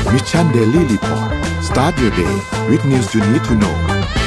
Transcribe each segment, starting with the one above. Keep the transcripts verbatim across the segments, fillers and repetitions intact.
Mission Daily Report start your day with news you need to know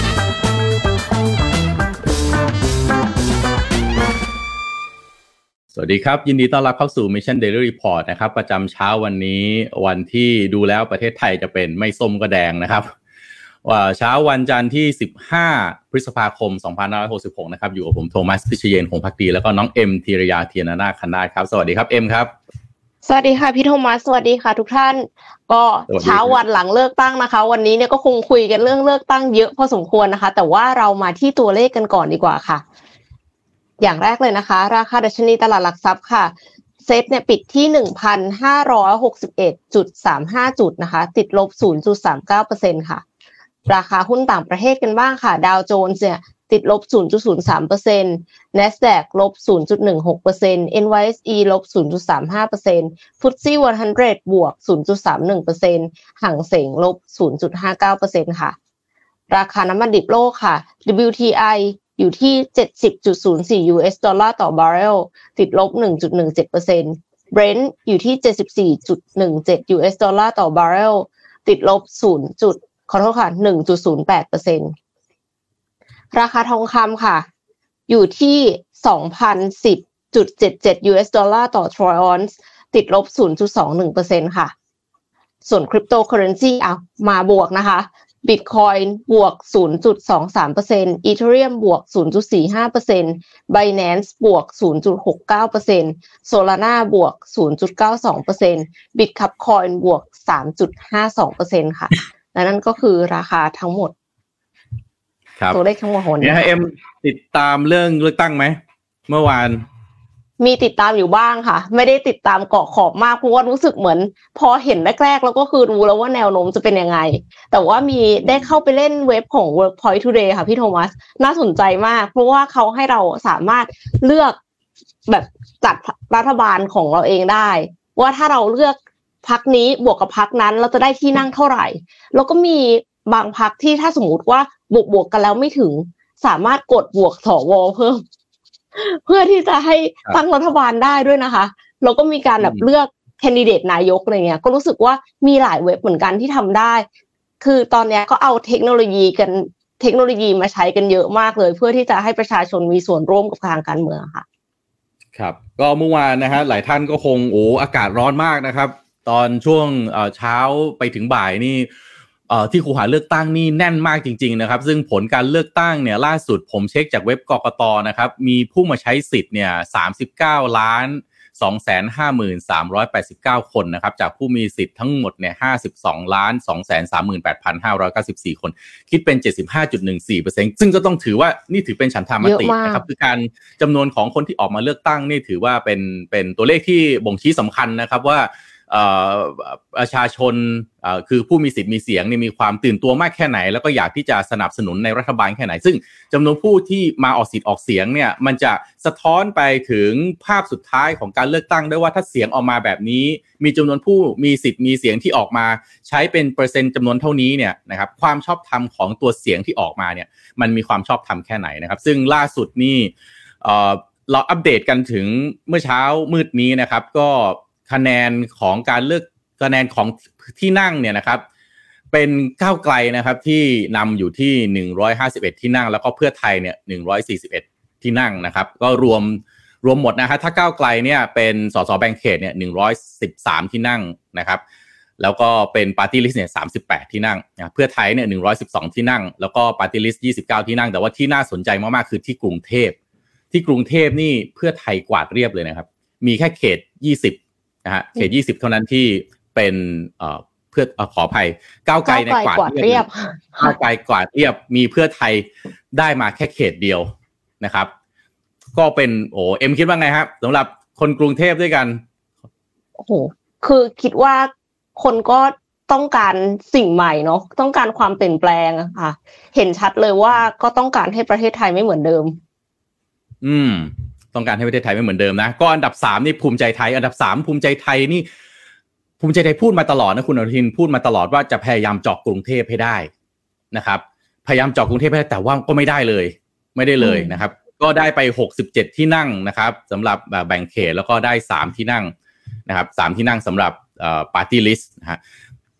สวัสดีครับยินดีต้อนรับเข้าสู่ Mission Daily Report นะครับประจำเช้าวันนี้วันที่ดูแล้วประเทศไทยจะเป็นไม่ส้มก็แดงนะครับว่าเช้าวันจันทร์ที่สิบห้าพฤษภาคมสองพันห้าร้อยหกสิบหกนะครับอยู่กับผมโทมัสพิชเยนหงส์ภักดีแล้วก็น้องเอ็มธีรยาเทียนนาคคณาถครับสวัสดีครับเอ็มครับสวัสดีค่ะพี่โทมัสสวัสดีค่ะทุกท่านก็เช้าวันหลังเลือกตั้งนะคะวันนี้เนี่ยก็คงคุยกันเรื่องเลือกตั้งเยอะพอสมควรนะคะแต่ว่าเรามาที่ตัวเลขกันก่อนดีกว่าค่ะอย่างแรกเลยนะคะราคาดัชนีตลาดหลักทรัพย์ค่ะเซ็ตเนี่ยปิดที่ หนึ่งพันห้าร้อยหกสิบเอ็ดจุดสามห้า จุดนะคะติดลบ ศูนย์จุดสามเก้าเปอร์เซ็นต์ ค่ะราคาหุ้นต่างประเทศกันบ้างค่ะดาวโจนส์เนี่ยติดลบ ศูนย์จุดศูนย์สามเปอร์เซ็นต์ NASDAQ ลบ ศูนย์จุดหนึ่งหกเปอร์เซ็นต์ เอ็น วาย เอส อี ลบ ศูนย์จุดสามห้าเปอร์เซ็นต์ เอฟ ที เอ เอส อี หนึ่งร้อยบวก ศูนย์จุดสามหนึ่งเปอร์เซ็นต์ หังเส็งลบ ศูนย์จุดห้าเก้าเปอร์เซ็นต์ ค่ะราคาน้ำมันดิบโลกค่ะ ดับเบิลยู ที ไอ อยู่ที่ เจ็ดสิบจุดศูนย์สี่ ยู เอส ดอลลาร์ต่อบาร์เรลติดลบ หนึ่งจุดหนึ่งเจ็ดเปอร์เซ็นต์ Brent อยู่ที่ เจ็ดสิบสี่จุดหนึ่งเจ็ด ยู เอส ดอลลาร์ต่อบาร์เรลติดลบ ศูนย์. ขอโทษค่ะ หนึ่งจุดศูนย์แปดเปอร์เซ็นต์ ราคาทองคำค่ะอยู่ที่ สองพันสิบจุดเจ็ดเจ็ด ยู เอส ดอลลาร์ต่อ troy ounce ติดลบ ศูนย์จุดสองหนึ่งเปอร์เซ็นต์ ค่ะส่วนคริปโตเคอเรนซีอ่ะมาบวกนะคะ Bitcoin บวก ศูนย์จุดสองสามเปอร์เซ็นต์ Ethereum บวก ศูนย์จุดสี่ห้าเปอร์เซ็นต์ Binance บวก ศูนย์จุดหกเก้าเปอร์เซ็นต์ Solana บวก ศูนย์จุดเก้าสองเปอร์เซ็นต์ Bitcoin บวก สามจุดห้าสองเปอร์เซ็นต์ ค่ะและนั่นก็คือราคาทั้งหมดตัวเลขทั้งหมดวันนี้เนี่ยเอ็มติดตามเรื่องเลือกตั้งไหมเมื่อวานมีติดตามอยู่บ้างค่ะไม่ได้ติดตามเกาะขอบมากเพราะว่ารู้สึกเหมือนพอเห็นแรกๆแล้วก็คือรู้แล้วว่าแนวโน้มจะเป็นยังไงแต่ว่ามีได้เข้าไปเล่นเว็บของ Workpoint Today ค่ะพี่โทมัสน่าสนใจมากเพราะว่าเขาให้เราสามารถเลือกแบบจัดรัฐบาลของเราเองได้ว่าถ้าเราเลือกพรรคนี้บวกกับพรรคนั้นเราจะได้ที่นั่งเท่าไหร่แล้วก็มีบางพรรคที่ถ้าสมมุติว่าบวกบวกกันแล้วไม่ถึงสามารถกดบวกสวเพิ่มเพื่อที่จะให้ตั้งรัฐบาลได้ด้วยนะคะแล้วก็มีการแบบเลือกแคนดิเดตนายกอะไรเงี้ยก็รู้สึกว่ามีหลายเว็บเหมือนกันที่ทำได้คือตอนนี้ก็เอาเทคโนโลยีกันเทคโนโลยีมาใช้กันเยอะมากเลยเพื่อที่จะให้ประชาชนมีส่วนร่วมกับทางการเมืองค่ะครับก็เมื่อวานนะฮะหลายท่านก็คงโอ้อากาศร้อนมากนะครับตอนช่วงเช้าไปถึงบ่ายนี่ที่คูหาเลือกตั้งนี่แน่นมากจริงๆนะครับซึ่งผลการเลือกตั้งเนี่ยล่าสุดผมเช็คจากเว็บกกต.นะครับมีผู้มาใช้สิทธิ์เนี่ยสามสิบเก้าล้านสองแสนห้าหมื่นสามร้อยแปดสิบเก้าคนนะครับจากผู้มีสิทธิ์ทั้งหมดเนี่ยห้าสิบสองล้านสองแสนสามหมื่นแปดพันห้าร้อยเก้าสิบสี่คนคิดเป็น เจ็ดสิบห้าจุดหนึ่งสี่เปอร์เซ็นต์ ซึ่งก็ต้องถือว่านี่ถือเป็นฉันทามตินะครับคือการจำนวนของคนที่ออกมาเลือกตั้งนี่ถือว่าเป็นเป็นตัวเลขที่บ่งชี้สำคัญนะครับว่าประชาชนคือผู้มีสิทธิ์มีเสียงนี่มีความตื่นตัวมากแค่ไหนแล้วก็อยากที่จะสนับสนุนในรัฐบาลแค่ไหนซึ่งจำนวนผู้ที่มาออกสิทธิ์ออกเสียงเนี่ยมันจะสะท้อนไปถึงภาพสุดท้ายของการเลือกตั้งด้วยว่าถ้าเสียงออกมาแบบนี้มีจำนวนผู้มีสิทธิ์มีเสียงที่ออกมาใช้เป็นเปอร์เซ็นต์จำนวนเท่านี้เนี่ยนะครับความชอบธรรมของตัวเสียงที่ออกมาเนี่ยมันมีความชอบธรรมแค่ไหนนะครับซึ่งล่าสุดนี่เราอัปเดตกันถึงเมื่อเช้ามืดนี้นะครับก็คะแนนของการเลือกคะแนนของที่นั่งเนี่ยนะครับเป็นก้าวไกลนะครับที่นำอยู่ที่หนึ่งร้อยห้าสิบเอ็ดที่นั่งแล้วก็เพื่อไทยเนี่ยหนึ่งร้อยสี่สิบเอ็ดที่นั่งนะครับก็รวมรวมหมดนะฮะถ้าก้าวไกลเนี่ยเป็นสสแบ่งเขตเนี่ยหนึ่งร้อยสิบสามที่นั่งนะครับแล้วก็เป็นปาร์ตี้ลิสต์เนี่ยสามสิบแปดที่นั่งนะเพื่อไทยเนี่ยหนึ่งร้อยสิบสองที่นั่งแล้วก็ปาร์ตี้ลิสต์ยี่สิบเก้าที่นั่งแต่ว่าที่น่าสนใจมากๆคือที่กรุงเทพที่กรุงเทพนี่เพื่อไทยกวาดเรียบเลยนะครับมีแค่เขตยี่สิบนะฮะเขตยี่สิบเท่านั้นที่เป็นเอ่อเพื่อขออภัยก้าวไกลในกวาดเรียบก้าวไกลกวาดเรียบมีเพื่อไทยได้มาแค่เขตเดียวนะครับก็เป็นโอ้เอ็มคิดว่าไงครับสำหรับคนกรุงเทพด้วยกันโอ้โหคือคิดว่าคนก็ต้องการสิ่งใหม่เนาะต้องการความเปลี่ยนแปลงอะค่ะเห็นชัดเลยว่าก็ต้องการให้ประเทศไทยไม่เหมือนเดิมอืมต้องการให้ประเทศไทยไม่เหมือนเดิมนะก็อันดับสามนี่ภูมิใจไทยอันดับสามภูมิใจไทยนี่ภูมิใจไทยพูดมาตลอดนะคุณอนุทินพูดมาตลอดว่าจะพยายามเจาะกรุงเทพให้ได้นะครับพยายามเจาะกรุงเทพให้ได้แต่ว่าก็ไม่ได้เลยไม่ได้เลยนะครับก็ได้ไปหกสิบเจ็ดที่นั่งนะครับสำหรับแบ่งเขตแล้วก็ได้สามที่นั่งนะครับสามที่นั่งสำหรับเอ่อ party list นะฮะ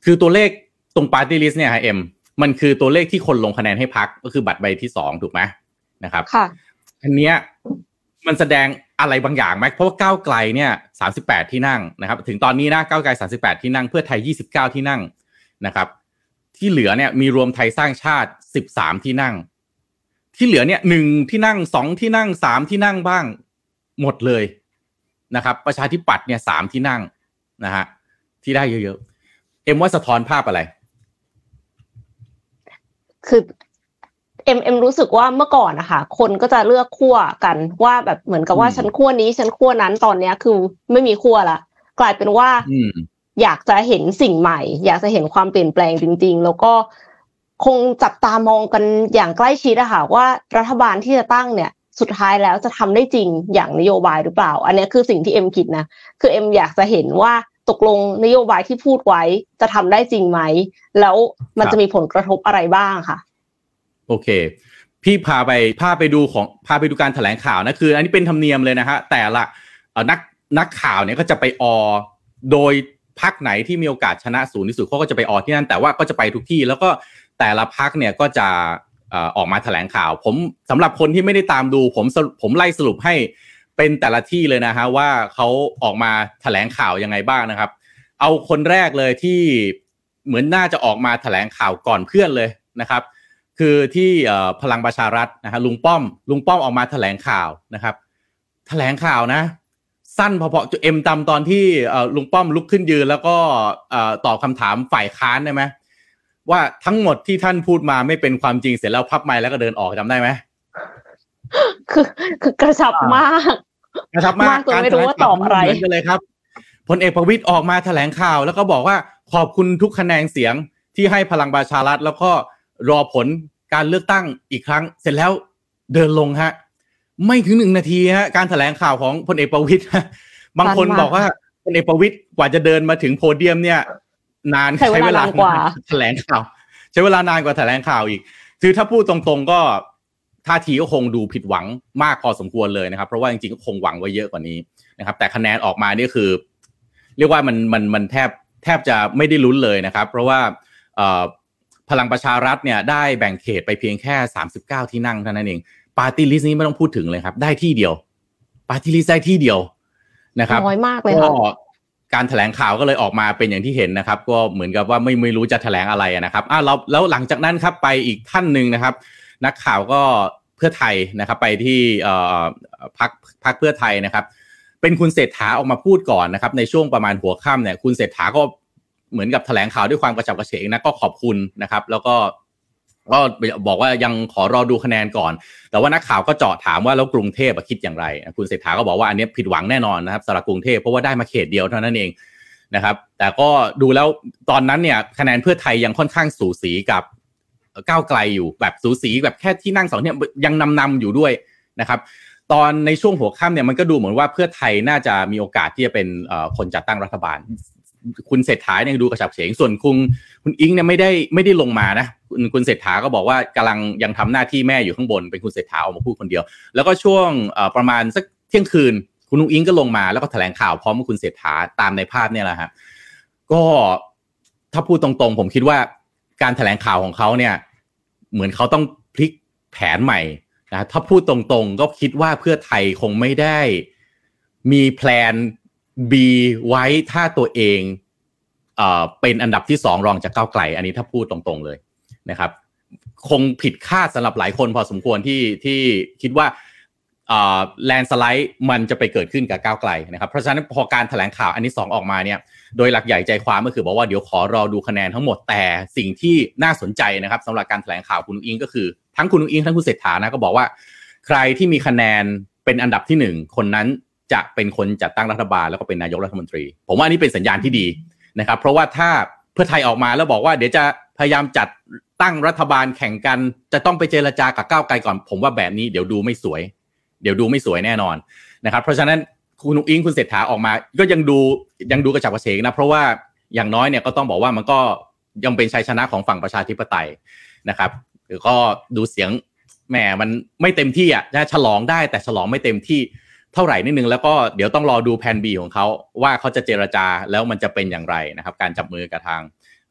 คือตัวเลขตรง Party List เนี่ยฮะเอ็มมันคือตัวเลขที่คนลงคะแนนให้พรรคก็คือบัตรใบที่สองถูกไหมนะครับค่ะอันเนี้ยมันแสดงอะไรบางอย่างไหมเพราะว่าก้าวไกลเนี่ยสามสิบแปดที่นั่งนะครับถึงตอนนี้นะก้าวไกลสามสิบแปดที่นั่งเพื่อไทยยี่สิบเก้าที่นั่งนะครับที่เหลือเนี่ยมีรวมไทยสร้างชาติสิบสามที่นั่งที่เหลือเนี่ยหนึ่งที่นั่งสองที่นั่งสามที่นั่งบ้างหมดเลยนะครับประชาธิปัตย์เนี่ยสามที่นั่งนะฮะที่ได้เยอะๆเอ็มว่าสะท้อนภาพอะไรคือเอ็มเอ็มรู้สึกว่าเมื่อก่อนนะคะคนก็จะเลือกขั้วกันว่าแบบเหมือนกับว่าฉันขั้วนี้ฉันขั้วนั้นตอนนี้คือไม่มีขั้วละกลายเป็นว่าอยากจะเห็นสิ่งใหม่อยากจะเห็นความเปลี่ยนแปลงจริงๆแล้วก็คงจับตามองกันอย่างใกล้ชิดอะค่ะว่ารัฐบาลที่จะตั้งเนี่ยสุดท้ายแล้วจะทำได้จริงอย่างนโยบายหรือเปล่าอันนี้คือสิ่งที่เอ็มคิดนะคือเอ็มอยากจะเห็นว่าตกลงนโยบายที่พูดไว้จะทำได้จริงไหมแล้วมันจะมีผลกระทบอะไรบ้างค่ะโอเคพี่พาไปพาไปดูของพาไปดูการแถลงข่าวนะคืออันนี้เป็นธรรมเนียมเลยนะฮะแต่ละนักนักข่าวเนี่ยก็จะไปออโดยพรรคไหนที่มีโอกาสชนะสูงที่สุดเขาก็จะไปออที่นั่นแต่ว่าก็จะไปทุกที่แล้วก็แต่ละพรรคเนี่ยก็จะออกมาแถลงข่าวผมสำหรับคนที่ไม่ได้ตามดูผมผมไล่สรุปให้เป็นแต่ละที่เลยนะฮะว่าเขาออกมาแถลงข่าวยังไงบ้างนะครับเอาคนแรกเลยที่เหมือนน่าจะออกมาแถลงข่าวก่อนเพื่อนเลยนะครับคือที่พลังประชารัฐนะฮะลุงป้อมลุงป้อมออกมาแถลงข่าวนะครับแถลงข่าวนะสั้นพอๆจุเอ็มตามตอนที่ลุงป้อมลุกขึ้นยืนแล้วก็ตอบคำถามฝ่ายค้านได้ไหมว่าทั้งหมดที่ท่านพูดมาไม่เป็นความจริงเสร็จแล้วพับไมค์แล้วก็เดินออกจำได้ไหมคือคือกระชับมากกระชับมากการไม่รู้ว่าตอบอะไรเหมือนกันเลยครับพลเอกประวิตรออกมาแถลงข่าวแล้วก็บอกว่าขอบคุณทุกคะแนนเสียงที่ให้พลังประชารัฐแล้วก็รอผลการเลือกตั้งอีกครั้งเสร็จแล้วเดินลงฮะไม่ถึงหนึ่งนาทีฮะการแถลงข่าวของพลเอกประวิตรบางคนบอกว่าพลเอกประวิตรกว่าจะเดินมาถึงโพเดียมเนี่ยนานใช้เวลานานกว่าแถลงข่าวใช้เวลานานกว่าแถลงข่าวอีกคือถ้าพูดตรงๆก็ท่าทีก็คงดูผิดหวังมากพอสมควรเลยนะครับเพราะว่าจริงๆก็คงหวังไว้เยอะกว่านี้นะครับแต่คะแนนออกมานี่คือเรียกว่ามันมันมันแทบแทบจะไม่ได้ลุ้นเลยนะครับเพราะว่าเอ่อพลังประชารัฐเนี่ยได้แบ่งเขตไปเพียงแค่สามสิบเก้าที่นั่งเท่านั้นเองปาร์ตี้ลิสต์นี้ไม่ต้องพูดถึงเลยครับได้ที่เดียวปาร์ตี้ลิสต์ได้ที่เดียวนะครับน้อยมากเลยค่ะการแถลงข่าวก็เลยออกมาเป็นอย่างที่เห็นนะครับก็เหมือนกับว่าไม่ไม่รู้จะแถลงอะไรนะครับอ่ะแล้วแล้วหลังจากนั้นครับไปอีกท่านนึงนะครับนักข่าวก็เพื่อไทยนะครับไปที่เอ่อพรรคพรรคเพื่อไทยนะครับเป็นคุณเศรษฐาออกมาพูดก่อนนะครับในช่วงประมาณหัวค่ำเนี่ยคุณเศรษฐาก็เหมือนกับแถลงข่าวด้วยความกระฉับกระเฉงนะก็ขอบคุณนะครับแล้วก็ก็บอกว่ายังขอรอดูคะแนนก่อนแต่ว่านักข่าวก็เจาะถามว่าแล้วกรุงเทพคิดอย่างไรคุณเศรษฐาก็บอกว่าอันนี้ผิดหวังแน่นอนนะครับสำหรับกรุงเทพเพราะว่าได้มาเขตเดียวเท่านั้นเองนะครับแต่ก็ดูแล้วตอนนั้นเนี่ยคะแนนเพื่อไทยยังค่อนข้างสูสีกับก้าวไกลอยู่แบบสูสีแบบแค่ที่นั่งสองเนี่ยยังนำนำอยู่ด้วยนะครับตอนในช่วงหัวค่ำเนี่ยมันก็ดูเหมือนว่าเพื่อไทยน่าจะมีโอกาสที่จะเป็นคนจัดตั้งรัฐบาลคุณเศรษฐาเนี่ยดูกระฉับกระเฉงส่วนคุณคุณอิงเนี่ยไม่ได้ไม่ได้ลงมานะคุณคุณเศรษฐาก็บอกว่ากำลังยังทำหน้าที่แม่อยู่ข้างบนเป็นคุณเศรษฐาออกมาพูดคนเดียวแล้วก็ช่วงประมาณสักเที่ยงคืนคุณนุ้งอิงก็ลงมาแล้วก็แถลงข่าวพร้อมกับคุณเศรษฐาตามในภาพเนี่ยแหละฮะก็ถ้าพูดตรงๆผมคิดว่าการแถลงข่าวของเขาเนี่ยเหมือนเขาต้องพลิกแผนใหม่นะถ้าพูดตรงๆก็คิดว่าเพื่อไทยคงไม่ได้มีแพลนB ไว้ถ้าตัวเองเอ่อเป็นอันดับที่สองรองจากก้าวไกลอันนี้ถ้าพูดตรงๆเลยนะครับคงผิดคาดสำหรับหลายคนพอสมควรที่ที่คิดว่าเอ่อแลนด์สไลด์มันจะไปเกิดขึ้นกับก้าวไกลนะครับเพราะฉะนั้นพอการแถลงข่าวอันที่สองออกมาเนี่ยโดยหลักใหญ่ใจความก็คือบอกว่าเดี๋ยวขอรอดูคะแนนทั้งหมดแต่สิ่งที่น่าสนใจนะครับสำหรับการแถลงข่าวคุณนุ้งอิงก็คือทั้งคุณนุ้งอิงทั้งคุณเศรษฐานะก็บอกว่าใครที่มีคะแนนเป็นอันดับที่หนึ่งคนนั้นจะเป็นคนจัดตั้งรัฐบาลแล้วก็เป็นนายกรัฐมนตรีผมว่าอันนี้เป็นสัญญาณที่ดีนะครับเพราะว่าถ้าเพื่อไทยออกมาแล้วบอกว่าเดี๋ยวจะพยายามจัดตั้งรัฐบาลแข่งกันจะต้องไปเจรจากับก้าวไกลก่อนผมว่าแบบนี้เดี๋ยวดูไม่สวยเดี๋ยวดูไม่สวยแน่นอนนะครับเพราะฉะนั้นคุณนุ้งอิงคุณเศรษฐาออกมาก็ยังดูยังดูกระฉับกระเฉงนะเพราะว่าอย่างน้อยเนี่ยก็ต้องบอกว่ามันก็ยังเป็นชัยชนะของฝั่งประชาธิปไตยนะครับก็ดูเสียงแหมมันไม่เต็มที่อ่ะนะฉลองได้แต่ฉลองไม่เต็มที่เท่าไหร่นิดนึงแล้วก็เดี๋ยวต้องรอดูแผน B ของเขาว่าเขาจะเจรจาแล้วมันจะเป็นอย่างไรนะครับการจับมือกับทาง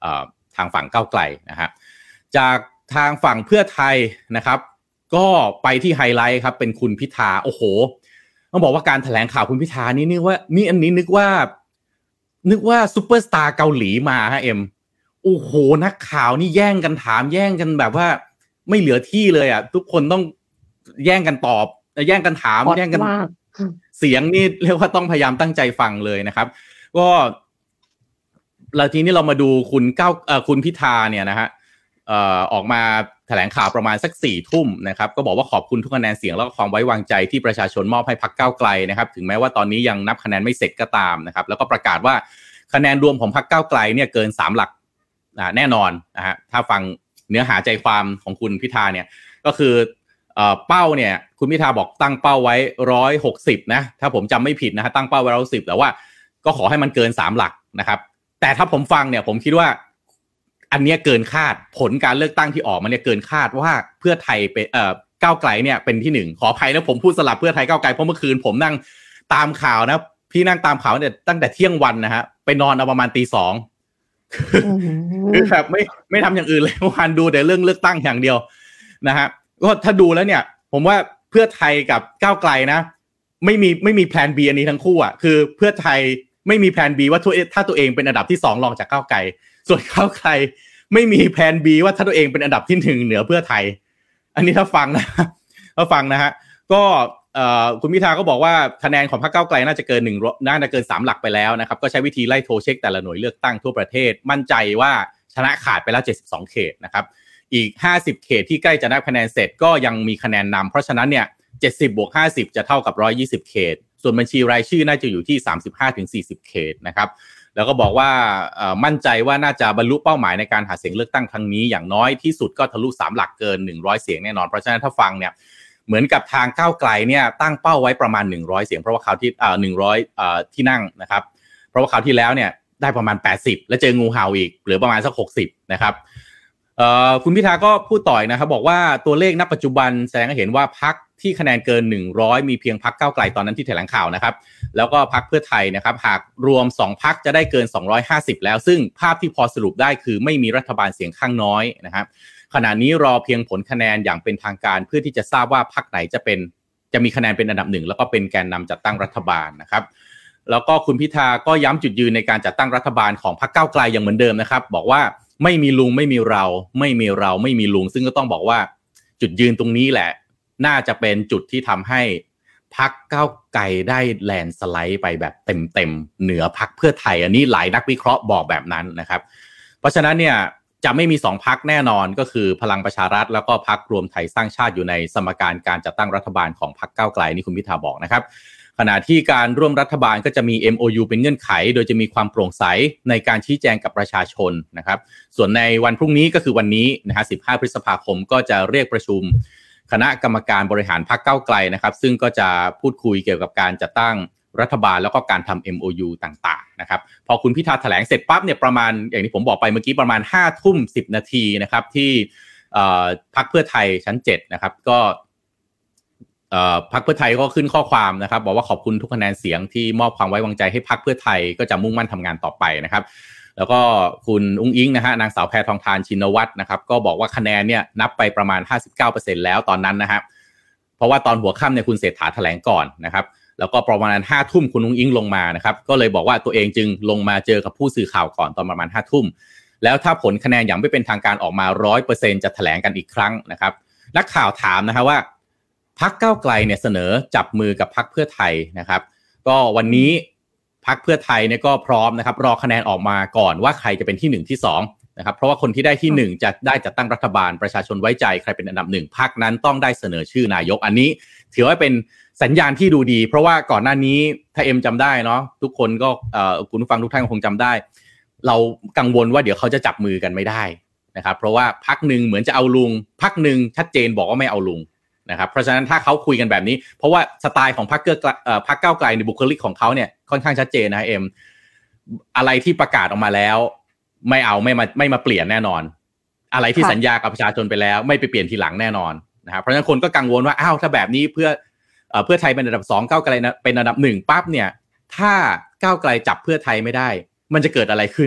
ทางฝั่งก้าวไกลนะฮะจากทางฝั่งเพื่อไทยนะครับก็ไปที่ไฮไลท์ครับเป็นคุณพิธาโอ้โหต้องบอกว่าการแถลงข่าวคุณพิธานี่นึกว่านี่อันนี้นึกว่านึกว่าซุปเปอร์สตาร์เกาหลีมาฮะเอ็มโอ้โหนักข่าวนี่แย่งกันถามแย่งกันแบบว่าไม่เหลือที่เลยอ่ะทุกคนต้องแย่งกันตอบแย่งกันถามแย่งกันเสียงนี่เรียกว่าต้องพยายามตั้งใจฟังเลยนะครับก็แล้วทีนี้เรามาดูคุณก้าวเอ่อคุณพิธาเนี่ยนะฮะเอ่อออกมาแถลงข่าวประมาณสักสี่ทุ่มนะครับก็บอกว่าขอบคุณทุกคะแนนเสียงแล้วก็ความไว้วางใจที่ประชาชนมอบให้พรรคก้าวไกลนะครับถึงแม้ว่าตอนนี้ยังนับคะแนนไม่เสร็จก็ตามนะครับแล้วก็ประกาศว่าคะแนนรวมของพรรคก้าวไกลเนี่ยเกินสามหลักอ่าแน่นอนนะฮะถ้าฟังเนื้อหาใจความของคุณพิธาเนี่ยก็คือเอ่อเป้าเนี่ยคุณพิธาบอกตั้งเป้าไว้หนึ่งร้อยหกสิบนะถ้าผมจำไม่ผิดนะฮะตั้งเป้าไว้หนึ่งร้อยหกสิบแต่ว่าก็ขอให้มันเกินสามหลักนะครับแต่ถ้าผมฟังเนี่ยผมคิดว่าอันนี้เกินคาดผลการเลือกตั้งที่ออกมาเนี่ยเกินคาดว่าเพื่อไทยเป็นเอ่อก้าวไกลเนี่ยเป็นที่หนึ่งขออภัยนะผมพูดสลับเพื่อไทยก้าวไกลเพราะเมื่อคืนผมนั่งตามข่าวนะพี่นั่งตามข่าวเนี่ยตั้งแต่เที่ยงวันนะฮะไปนอนเอาประมาณตีสองคือแบบไม่ไม่ทำอย่างอื่นเลยเมื่อวานดูแต่เรื่องเลือกตั้งอย่างเดียวนะฮะก็ถ้าดูแล้วเนี่ยผมว่าเพื่อไทยกับก้าวไกลนะไม่มีไม่มีแพลน B อันนี้ทั้งคู่อ่ะคือเพื่อไทยไม่มีแพลน B ว่าถ้าตัวเองเป็นอันดับที่สองรองจากก้าวไกลส่วนก้าวไกลไม่มีแพลน B ว่าถ้าตัวเองเป็นอันดับที่หนึ่งเหนือเพื่อไทยอันนี้ถ้าฟังนะถ้าฟังนะฮะก็คุณพิธาก็บอกว่าคะแนนของพรรคก้าวไกลน่าจะเกินหนึ่งน่าจะเกินสามหลักไปแล้วนะครับก็ใช้วิธีไล่โทรเช็คแต่ละหน่วยเลือกตั้งทั่วประเทศมั่นใจว่าชนะขาดไปแล้วเจ็ดสิบสองเขตนะครับอีกห้าสิบเขตที่ใกล้จะนับคะแนนเสร็จก็ยังมีคะแนนนำเพราะฉะนั้นเนี่ยเจ็ดสิบบวกห้าสิบจะเท่ากับหนึ่งร้อยยี่สิบเขตส่วนบัญชีรายชื่อน่าจะอยู่ที่ สามสิบห้าถึงสี่สิบ เขตนะครับแล้วก็บอกว่ามั่นใจว่าน่าจะบรรลุเป้าหมายในการหาเสียงเลือกตั้งครั้งนี้อย่างน้อยที่สุดก็ทะลุสามหลักเกินหนึ่งร้อยเสียงแน่นอนเพราะฉะนั้นถ้าฟังเนี่ยเหมือนกับทางก้าวไกลเนี่ยตั้งเป้าไว้ประมาณหนึ่งร้อยเสียงเพราะว่าคราวที่เอ่อหนึ่งร้อยเอ่อที่นั่งนะครับเพราะว่าคราวที่แล้วเนี่ยได้ประมาณแปดสิบแล้วเจองูเห่าอีกเหลือประมาณสักหกสิบนะครับเอ่อคุณพิธาก็พูดต่อยนะครับบอกว่าตัวเลขณปัจจุบันแสดงให้เห็นว่าพรรคที่คะแนนเกินหนึ่งร้อยมีเพียงพรรคก้าวไกลตอนนั้นที่แถลงข่าวนะครับแล้วก็พรรคเพื่อไทยนะครับหากรวมสองพรรคจะได้เกินสองร้อยห้าสิบแล้วซึ่งภาพที่พอสรุปได้คือไม่มีรัฐบาลเสียงข้างน้อยนะครับขณะนี้รอเพียงผลคะแนนอย่างเป็นทางการเพื่อที่จะทราบว่าพรรคไหนจะเป็นจะมีคะแนนเป็นอันดับหนึ่งแล้วก็เป็นแกนนำจัดตั้งรัฐบาลนะครับแล้วก็คุณพิธาก็ย้ำจุดยืนในการจัดตั้งรัฐบาลของพรรคก้าวไกลอย่างเหมือนเดิมนะครับบอกว่าไม่มีลุงไม่มีเราไม่มีเราไม่มีลุงซึ่งก็ต้องบอกว่าจุดยืนตรงนี้แหละน่าจะเป็นจุดที่ทำให้พรรคก้าวไกลได้แลนด์สไลด์ไปแบบเต็มๆเหนือพรรคเพื่อไทยอันนี้หลายนักวิเคราะห์บอกแบบนั้นนะครับเพราะฉะนั้นเนี่ยจะไม่มีสองพรรคแน่นอนก็คือพลังประชารัฐแล้วก็พรรครวมไทยสร้างชาติอยู่ในสมการการจัดตั้งรัฐบาลของพรรคก้าวไกลนี่คุณพิธาบอกนะครับขณะที่การร่วมรัฐบาลก็จะมี เอ็ม โอ ยู เป็นเงื่อนไขโดยจะมีความโปร่งใสในการชี้แจงกับประชาชนนะครับส่วนในวันพรุ่งนี้ก็คือวันนี้นะฮะสิบห้าพฤษภาคมก็จะเรียกประชุมคณะกรรมการบริหารพรรคก้าวไกลนะครับซึ่งก็จะพูดคุยเกี่ยวกับการจัดตั้งรัฐบาลแล้วก็การทำ เอ็ม โอ ยู ต่างๆนะครับพอคุณพิธาแถลงเสร็จปั๊บเนี่ยประมาณอย่างที่ผมบอกไปเมื่อกี้ประมาณห้าทุ่มสิบนาทีนะครับที่พรรคเพื่อไทยชั้นเจ็ดนะครับก็พรรคเพื่อไทยก็ขึ้นข้อความนะครับบอกว่าขอบคุณทุกคะแนนเสียงที่มอบความไว้วางใจให้พรรคเพื่อไทยก็จะมุ่งมั่นทำงานต่อไปนะครับแล้วก็คุณอุ้งอิงนะฮะนางสาวแพทองธารชินวัตรนะครับก็บอกว่าคะแนนเนี่ยนับไปประมาณ ห้าสิบเก้าเปอร์เซ็นต์ แล้วตอนนั้นนะครับเพราะว่าตอนหัวค่ำเนี่ยคุณเศรษฐาแถลงก่อนนะครับแล้วก็ประมาณห้าทุ่มคุณอุ้งอิงลงมานะครับก็เลยบอกว่าตัวเองจึงลงมาเจอกับผู้สื่อข่าวก่อนตอนประมาณห้าทุ่มแล้วถ้าผลคะแนนอย่างไม่เป็นทางการออกมา ร้อยเปอร์เซ็นต์ จะแถลงกันอีกครั้งนะครับนักข่าวถามนะฮะว่าพรรคก้าวไกลเนี่ยเสนอจับมือกับพรรคเพื่อไทยนะครับก็วันนี้พรรคเพื่อไทยเนี่ยก็พร้อมนะครับรอคะแนนออกมาก่อนว่าใครจะเป็นที่หนึ่งที่สองนะครับเพราะว่าคนที่ได้ที่หนึ่งจะได้จัดตั้งรัฐบาลประชาชนไว้ใจใครเป็นอันดับหนึ่งพรรคนั้นต้องได้เสนอชื่อนายกอันนี้ถือว่าเป็นสัญญาณที่ดูดีเพราะว่าก่อนหน้านี้ถ้าเอ็มจำได้เนาะทุกคนก็เอ่อคุณผู้ฟังทุกท่านคงจำได้เรากังวลว่าเดี๋ยวเขาจะจับมือกันไม่ได้นะครับเพราะว่าพรรคนึงเหมือนจะเอาลุงพรรคนึงชัดเจนบอกว่าไม่เอาลุงนะครับเพราะฉะนั้นถ้าเขาคุยกันแบบนี้เพราะว่าสไตล์ของพรรคเก้าเอ่อพรรคก้าวไกลในบุคลิกของเขาเนี่ยค่อนข้างชัดเจนนะเอ็มอะไรที่ประกาศออกมาแล้วไม่เอาไม่มาไม่มาเปลี่ยนแน่นอนอะไรที่สัญญากับประชาชนไปแล้วไม่ไปเปลี่ยนทีหลังแน่นอนนะครับเพราะฉะนั้นคนก็กังวลว่าอ้าวถ้าแบบนี้เพื่อเอ่อเพื่อไทยเป็นอันดับสองก้าวไกลเป็นอันดับหนึ่งปั๊บเนี่ยถ้าก้าวไกลจับเพื่อไทยไม่ได้มันจะเกิดอะไรขึ้น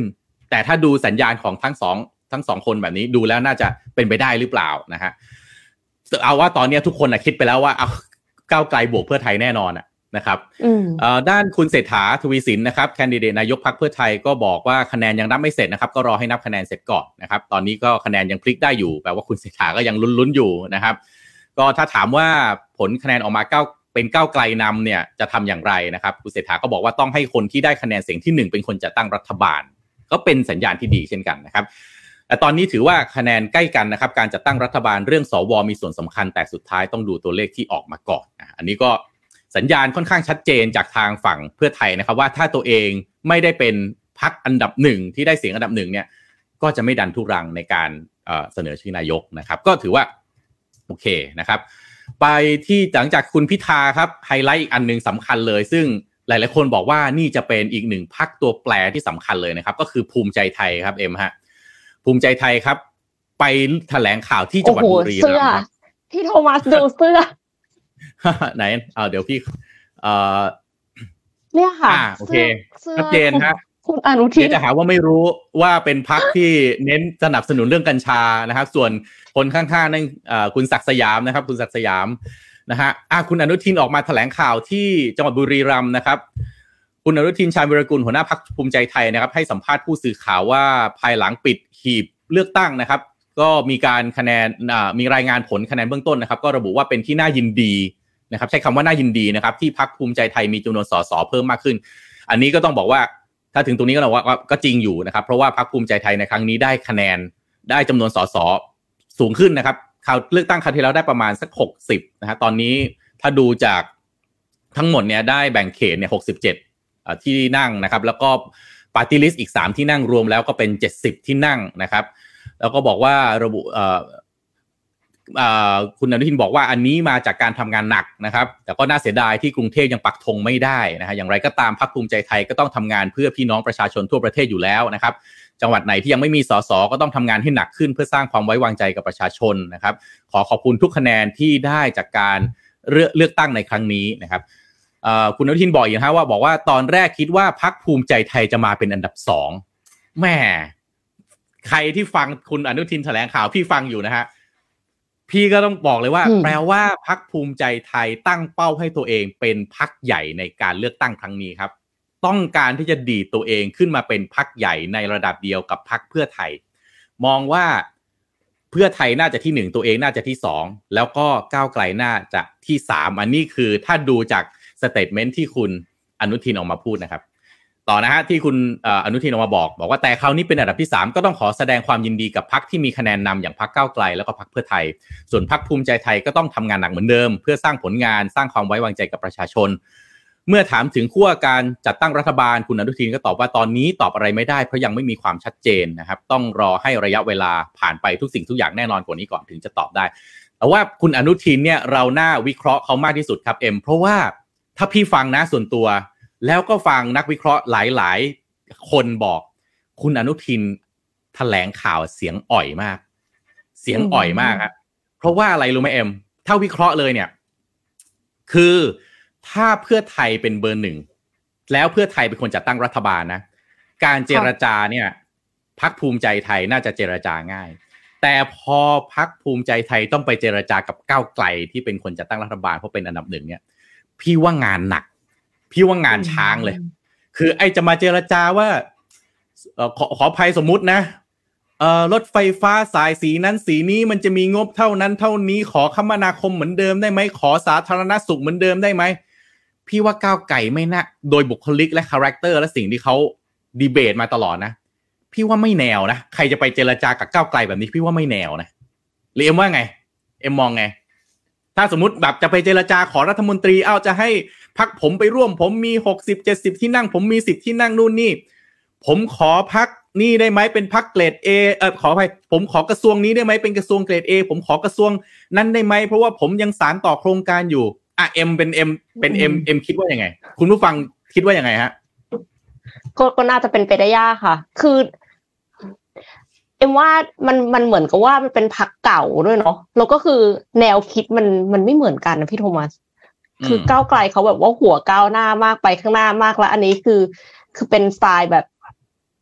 แต่ถ้าดูสัญญาณของทั้งสองทั้งสองคนแบบนี้ดูแล้วน่าจะเป็นไปได้หรือเปล่านะฮะเอาว่าตอนนี้ทุกคนนะคิดไปแล้วว่าเอาก้าวไกลบวกเพื่อไทยแน่นอนนะครับด้านคุณเศรษฐาทวีสินนะครับแคนดิเดตนายกพรรคเพื่อไทยก็บอกว่าคะแนนยังนับไม่เสร็จนะครับก็รอให้นับคะแนนเสร็จก่อนนะครับตอนนี้ก็คะแนนยังพลิกได้อยู่แปลว่าคุณเศรษฐาก็ยังลุ้นๆอยู่นะครับก็ถ้าถามว่าผลคะแนนออกมาก้าวเป็นก้าวไกลนำเนี่ยจะทำอย่างไรนะครับคุณเศรษฐาก็บอกว่าต้องให้คนที่ได้คะแนนเสียงที่หนึ่งเป็นคนจัดตั้งรัฐบาลก็เป็นสัญญาณที่ดีเช่นกันนะครับแต่ตอนนี้ถือว่าคะแนนใกล้กันนะครับการจัดตั้งรัฐบาลเรื่องสวมีส่วนสำคัญแต่สุดท้ายต้องดูตัวเลขที่ออกมาก่อนนะอันนี้ก็สัญญาณค่อนข้างชัดเจนจากทางฝั่งเพื่อไทยนะครับว่าถ้าตัวเองไม่ได้เป็นพรรคอันดับหนึ่งที่ได้เสียงอันดับหนึ่งเนี่ยก็จะไม่ดันทุรังในการเอ่อเสนอชื่อนายกนะครับก็ถือว่าโอเคนะครับไปที่หลังจากคุณพิธาครับไฮไลท์อีกอันนึงสำคัญเลยซึ่งหลายๆคนบอกว่านี่จะเป็นอีกหนึ่งพรรคตัวแปรที่สำคัญเลยนะครับก็คือภูมิใจไทยครับเอ็มฮะภูมิใจไทยครับไปแถลงข่าวที่จังหวัดบุรีรัมย์ครับพี่โทมัสดูเสื้อไหนอ่าเดี๋ยวพี่เอ่อเนี่ยค่ะอ่าโอเคชัดเจนฮะคุณอนุทินจะหาว่าไม่รู้ว่าเป็นพรรคที่เน้นสนับสนุนเรื่องกัญชานะครับส่วนคนข้างๆนั่นอ่าคุณศักดิ์สยามนะครับคุณศักดิ์สยามนะฮะอ่ะคุณอนุทินออกมาแถลงข่าวที่จังหวัดบุรีรัมย์นะครับคุณอนุทินชาญวิรากูลหัวหน้าพรรคภูมิใจไทยนะครับให้สัมภาษณ์ผู้สื่อข่าวว่าภายหลังปิดหีบเลือกตั้งนะครับก็มีการคะแนนอ่ามีรายงานผลคะแนนเบื้องต้นนะครับก็ระบุว่าเป็นที่น่ายินดีนะครับใช้คำว่าน่ายินดีนะครับที่พรรคภูมิใจไทยมีจำนวนสสเพิ่มมากขึ้นอันนี้ก็ต้องบอกว่าถ้าถึงตรงนี้ก็ต้องว่าก็จริงอยู่นะครับเพราะว่าพรรคภูมิใจไทยในครั้งนี้ได้คะแนนได้จำนวนสสสูงขึ้นนะครับคราวเลือกตั้งคราวที่แล้วได้ประมาณสักหกสิบนะฮะตอนนี้ถ้าดูจากทั้งหมดเนี่ยได้แบ่งเขตเนี่ยหกสิบเจ็ดอ่าที่นั่งนะครับแล้วก็ปาร์ตี้ลิสต์อีกสามที่นั่งรวมแล้วก็เป็นเจ็ดสิบที่นั่งนะครับแล้วก็บอกว่าระบุเอ่อคุณอนุทินบอกว่าอันนี้มาจากการทำงานหนักนะครับแต่ก็น่าเสียดายที่กรุงเทพยังปักธงไม่ได้นะฮะอย่างไรก็ตามพรรคภูมิใจไทยก็ต้องทำงานเพื่อพี่น้องประชาชนทั่วประเทศอยู่แล้วนะครับจังหวัดไหนที่ยังไม่มีสสก็ต้องทำงานให้หนักขึ้นเพื่อสร้างความไว้วางใจกับประชาชนนะครับขอขอบคุณทุกคะแนนที่ได้จากการเลือกตั้งในครั้งนี้นะครับคุณอนุทินบอกอย่างฮะว่าบอกว่าตอนแรกคิดว่าพรรคภูมิใจไทยจะมาเป็นอันดับสองแม่ใครที่ฟังคุณอนุทินแถลงข่าวพี่ฟังอยู่นะฮะพี่ก็ต้องบอกเลยว่าแปลว่าพรรคภูมิใจไทยตั้งเป้าให้ตัวเองเป็นพรรคใหญ่ในการเลือกตั้งครั้งนี้ครับต้องการที่จะดีดตัวเองขึ้นมาเป็นพรรคใหญ่ในระดับเดียวกับพรรคเพื่อไทยมองว่าเพื่อไทยน่าจะที่หนึ่งตัวเองน่าจะที่สองแล้วก็ก้าวไกลน่าจะที่สามอันนี้คือถ้าดูจากสเตทเมนต์ที่คุณอนุทินออกมาพูดนะครับต่อนะฮะที่คุณอนุทินออกมาบอกบอกว่าแต่คราวนี้เป็นอันดับที่สามก็ต้องขอแสดงความยินดีกับพรรคที่มีคะแนนนำอย่างพรรคก้าวไกลแล้วก็พรรคเพื่อไทยส่วนพรรคภูมิใจไทยก็ต้องทำงานหนักเหมือนเดิมเพื่อสร้างผลงานสร้างความไว้วางใจกับประชาชนเมื่อถามถึงขั้วการจัดตั้งรัฐบาลคุณอนุทินก็ตอบว่าตอนนี้ตอบอะไรไม่ได้เพราะยังไม่มีความชัดเจนนะครับต้องรอให้ระยะเวลาผ่านไปทุกสิ่งทุกอย่างแน่นอนกว่านี้ก่อนถึงจะตอบได้แต่ว่าคุณอนุทินเนี่ยเราน่าวิเคราะห์เขามากที่สุดครับเอ็มเพราะว่าถ้าพี่ฟังนะส่วนตัวแล้วก็ฟังนักวิเคราะห์หลายๆคนบอกคุณอนุทินแถลงข่าวเสียงอ่อยมากเสียงอ่อยมากครับเพราะว่าอะไรรู้ไหมเอ็มถ้าวิเคราะห์เลยเนี่ยคือถ้าเพื่อไทยเป็นเบอร์หนึ่งแล้วเพื่อไทยเป็นคนจัดตั้งรัฐบาลนะการเจรจาเนี่ยพรรคภูมิใจไทยน่าจะเจรจาง่ายแต่พอพรรคภูมิใจไทยต้องไปเจรจากับก้าวไกลที่เป็นคนจัดตั้งรัฐบาลเพราะเป็นอันดับหนึ่งเนี่ยพี่ว่างานหนักพี่ว่างานช้างเลยคือไอ้จะมาเจรจาว่าเอ่อขอขออภัยสมมุตินะเอ่อรถไฟฟ้าสายสีนั้นสีนี้มันจะมีงบเท่านั้นเท่านี้ขอคมนาคมเหมือนเดิมได้ไหมขอสาธารณสุขเหมือนเดิมได้ไหมพี่ว่าก้าวไกลไม่น่าโดยบุคลิกและคาแรคเตอร์และสิ่งที่เขาดีเบตมาตลอดนะพี่ว่าไม่แนวนะใครจะไปเจรจากับก้าวไกลแบบนี้พี่ว่าไม่แนวนะหรือเอ็มว่าไงเอ็มมองไงถ้าสมมุติแบบจะไปเจรจาขอรัฐมนตรีเอ้าจะให้พรรคผมไปร่วมผมมีหกสิบ เจ็ดสิบที่นั่งผมมีสิบที่นั่งนู่นนี่ผมขอพรรคนี่ได้ไหมเป็นพรรคเกรด A เอ่อขออภัยผมขอกระทรวงนี้ได้ไหมเป็นกระทรวงเกรด A ผมขอกระทรวงนั้นได้ไหมเพราะว่าผมยังสานต่อโครงการอยู่อ่ะ M เป็น M เป็น M M คิดว่ายังไงคุณผู้ฟังคิดว่ายังไงฮะก็ก็น่าจะเป็นไปได้ยากค่ะคือเอ็มว่ามันมันเหมือนกับว่ามันเป็นพรรคเก่าด้วยเนาะแล้วก็คือแนวคิดมันมันไม่เหมือนกันนะพี่โทมัสคือก้าวไกลเขาแบบว่าหัวก้าวหน้ามากไปข้างหน้ามากแล้วอันนี้คือคือเป็นสไตล์แบบ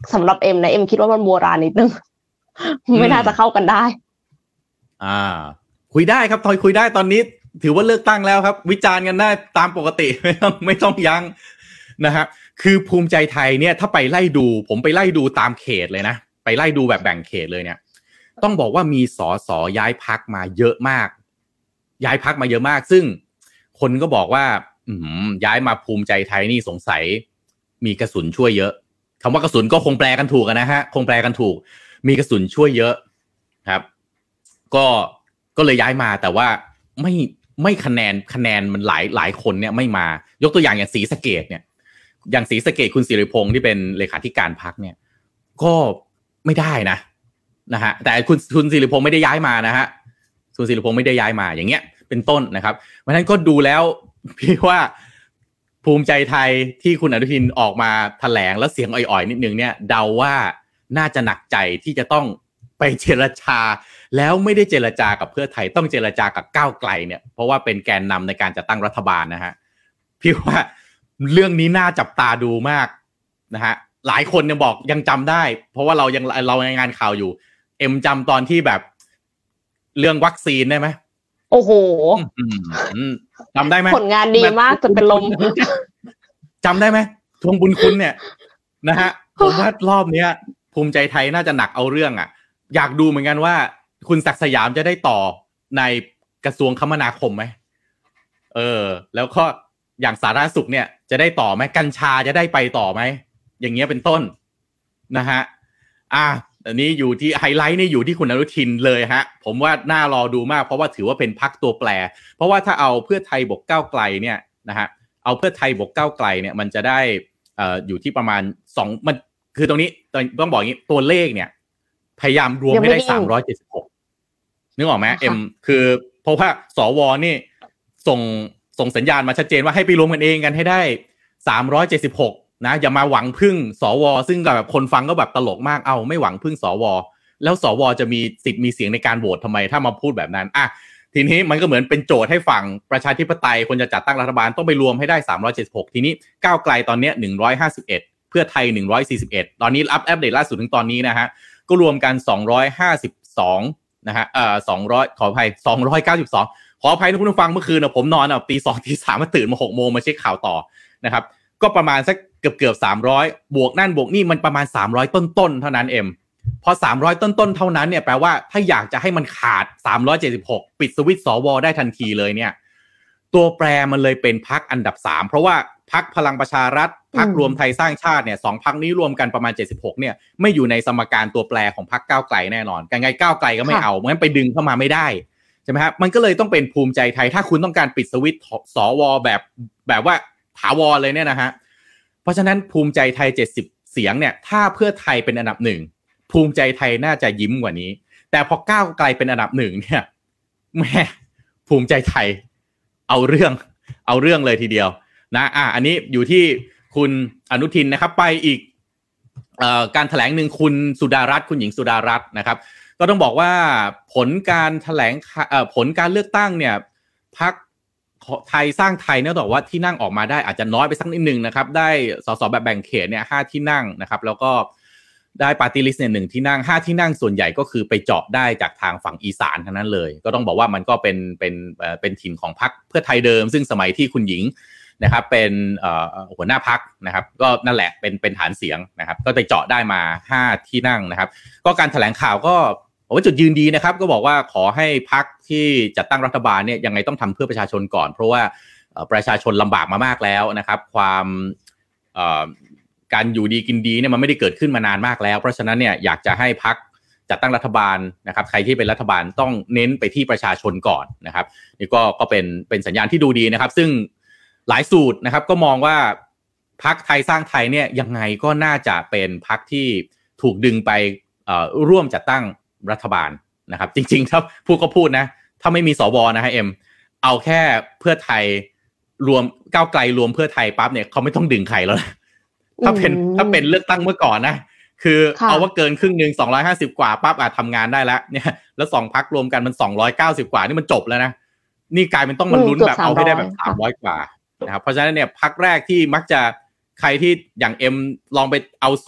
สำหรับเอ็มนะเอ็มคิดว่ามันโบราณนิดนึงไม่น่าจะเข้ากันได้อ่าคุยได้ครับทอยคุยได้ตอนนี้ถือว่าเลือกตั้งแล้วครับวิจารณ์กันได้ตามปกติไม่ต้องไม่ต้องยั้งนะฮะคือภูมิใจไทยเนี่ยถ้าไปไล่ดูผมไปไล่ดูตามเขตเลยนะไปไล่ดูแบบแบ่งเขตเลยเนี่ยต้องบอกว่ามีสสย้ายพรรคมาเยอะมากย้ายพรรคมาเยอะมากซึ่งคนก็บอกว่าอืมย้ายมาภูมิใจไทยนี่สงสัยมีกระสุนช่วยเยอะคำว่ากระสุนก็คงแปลกันถูกนะฮะคงแปลกันถูกมีกระสุนช่วยเยอะครับก็ก็เลยย้ายมาแต่ว่าไม่ไม่คะแนนคะแนนมันหลายหลายคนเนี่ยไม่มายกตัวอย่างอย่างศรีสะเกษเนี่ยอย่างศรีสะเกษคุณศิริพงษ์ที่เป็นเลขาธิการพรรคเนี่ยก็ไม่ได้นะนะฮะแต่คุณคุณศิริพงษ์ไม่ได้ย้ายมานะฮะคุณศิริพงษ์ไม่ได้ย้ายมาอย่างเงี้ยเป็นต้นนะครับเพราะฉะนั้นก็ดูแล้วพี่ว่าภูมิใจไทยที่คุณอนุทินออกมาแถลงแล้วเสียงอ่อยๆนิดนึงเนี่ยเดาว่าน่าจะหนักใจที่จะต้องไปเจรจาแล้วไม่ได้เจรจากับเพื่อไทยต้องเจรจากับก้าวไกลเนี่ยเพราะว่าเป็นแกนนำในการจัดตั้งรัฐบาลนะฮะพี่ว่าเรื่องนี้น่าจับตาดูมากนะฮะหลายคนเนี่ยบอกยังจำได้เพราะว่าเรายังเราในงานข่าวอยู่เอ็มจำตอนที่แบบเรื่องวัคซีนได้ไหมโอ้โหจำได้ไหมผลงานดีมากจนเป็นลมจำได้ไหมทวงบุญคุณเนี่ยนะฮะผมว่ารอบนี้ภูมิใจไทยน่าจะหนักเอาเรื่องอ่ะอยากดูเหมือนกันว่าคุณศักดิ์สยามจะได้ต่อในกระทรวงคมนาคมไหมเออแล้วก็อย่างสาธารณสุขเนี่ยจะได้ต่อไหมกัญชาจะได้ไปต่อไหมอย่างเงี้ยเป็นต้นนะฮะอ่ะอันนี้อยู่ที่ไฮไลท์นี่อยู่ที่คุณอนุทินเลยฮะผมว่าน่ารอดูมากเพราะว่าถือว่าเป็นพรรคตัวแปรเพราะว่าถ้าเอาเพื่อไทยบวกก้าวไกลเนี่ยนะฮะเอาเพื่อไทยบวกก้าวไกลเนี่ยมันจะได้เอ่ออยู่ที่ประมาณสองมันคือตรงนี้ต้องบอกอย่างนี้ตัวเลขเนี่ยพยายามรวมให้ได้สามร้อยเจ็ดสิบหกนึกออกไหมเอ็มคือเพราะว่าสวนี่ส่งส่งสัญญาณมาชัดเจนว่าให้ไปรวมกันเองกันให้ได้สามร้อยเจ็ดสิบหกนะอย่ามาหวังพึ่งสวซึ่งแบบคนฟังก็แบบตลกมากเอาไม่หวังพึ่งสวแล้วสวจะมีสิทธิ์มีเสียงในการโหวตทำไมถ้ามาพูดแบบนั้นอ่ะทีนี้มันก็เหมือนเป็นโจทย์ให้ฝั่งประชาธิปไตยคนจะจัดตั้งรัฐบาลต้องไปรวมให้ได้สามร้อยเจ็ดสิบหกทีนี้ก้าวไกลตอนเนี้ยหนึ่งร้อยห้าสิบเอ็ดเพื่อไทยหนึ่งร้อยสี่สิบเอ็ดตอนนี้อัปอัปเดตล่าสุดถึงตอนนี้นะฮะก็รวมกันสองร้อยห้าสิบสองนะฮะเอ่อสองร้อยขออภัยสองร้อยเก้าสิบสองขออภัยนะคุณผู้ฟังเมื่อคืนนะผมนอนอ่ะตีสองตีสามมาตื่นมาหกโมงมาเช็คข่าวต่อนะครับก็ประมาณสักเกือบๆสามร้อยบวกนั่นบวกนี่มันประมาณสามร้อยต้นๆเท่านั้นเอ็มพอสามร้อยต้นๆเท่านั้นเนี่ยแปลว่าถ้าอยากจะให้มันขาดสามร้อยเจ็ดสิบหกปิดสวิตช์สวได้ทันทีเลยเนี่ยตัวแปรมันเลยเป็นพรรคอันดับสามเพราะว่าพรรคพลังประชารัฐพรรครวมไทยสร้างชาติเนี่ยสองพรรคนี้รวมกันประมาณเจ็ดสิบหกเนี่ยไม่อยู่ในสมการตัวแปรของพรรคก้าวไกลแน่นอนกันไงก้าวไกลก็ไม่เอางั้นไปดึงเข้ามาไม่ได้ใช่ไหมครับมันก็เลยต้องเป็นภูมิใจไทยถ้าคุณต้องการปิดสวิตช์สวแบบแบบว่าถาวรเลยเนี่ยนะฮะเพราะฉะนั้นภูมิใจไทยเจ็ดสิบเสียงเนี่ยถ้าเพื่อไทยเป็นอันดับหนึ่งภูมิใจไทยน่าจะยิ้มกว่านี้แต่พอก้าวไกลเป็นอันดับหนึ่งเนี่ยแม่ภูมิใจไทยเอาเรื่องเอาเรื่องเลยทีเดียวนะอ่ะอันนี้อยู่ที่คุณอนุทินนะครับไปอีกเอ่อการแถลงหนึ่งคุณสุดารัตน์คุณหญิงสุดารัตน์นะครับก็ต้องบอกว่าผลการแถลงเอ่อผลการเลือกตั้งเนี่ยพรรคไทยสร้างไทยเนี่ยบอกว่าที่นั่งออกมาได้อาจจะน้อยไปสักนิดนึงนะครับได้สสแบบแบ่งเขตเนี่ยห้าที่นั่งนะครับแล้วก็ได้ปาร์ตี้ลิสต์เนี่ยหนึ่งที่นั่งห้าที่นั่งส่วนใหญ่ก็คือไปเจาะได้จากทางฝั่งอีสานทั้งนั้นเลยก็ต้องบอกว่ามันก็เป็นเป็นเอ่อเป็นถิ่นของพรรคเพื่อไทยเดิมซึ่งสมัยที่คุณหญิงนะครับเป็นเอ่อหัวหน้าพรรคนะครับก็นั่นแหละเป็นเป็นฐานเสียงนะครับก็ไปเจาะได้มาห้าที่นั่งนะครับก็การแถลงข่าวก็ผมว่าจุดยืนดีนะครับก็บอกว่าขอให้พรรคที่จัดตั้งรัฐบาลเนี่ยยังไงต้องทำเพื่อประชาชนก่อนเพราะว่าประชาชนลำบากมามากแล้วนะครับความการอยู่ดีกินดีเนี่ยมันไม่ได้เกิดขึ้นมานานมากแล้วเพราะฉะนั้นเนี่ยอยากจะให้พรรคจัดตั้งรัฐบาลนะครับใครที่เป็นรัฐบาลต้องเน้นไปที่ประชาชนก่อนนะครับนี่ก็ก็เป็นเป็นสัญญาณที่ดูดีนะครับซึ่งหลายสูตรนะครับก็มองว่าพรรคไทยสร้างไทยเนี่ยยังไงก็น่าจะเป็นพรรคที่ถูกดึงไปร่วมจัดตั้งรัฐบาลนะครับจริงๆถ้าพูดก็พูดนะถ้าไม่มีสวนะฮะเอ็มเอาแค่เพื่อไทยรวมก้าวไกลรวมเพื่อไทยปั๊บเนี่ยเขาไม่ต้องดึงใครแล้วนะถ้าเป็นถ้าเป็นเลือกตั้งเมื่อก่อนนะคือเอาว่าเกินครึ่งนึงสองร้อยห้าสิบกว่าปั๊บอาจทำงานได้แล้วเนี่ยแล้วสองพรรครวมกันมันสองร้อยเก้าสิบกว่านี่มันจบแล้วนะนี่กลายเป็นต้องมาลุ้นแบบเอาให้ได้แบบสามร้อยกว่านะครับเพราะฉะนั้นเนี่ยพรรคแรกที่มักจะใครที่อย่างเอ็มลองไปเอาสูตร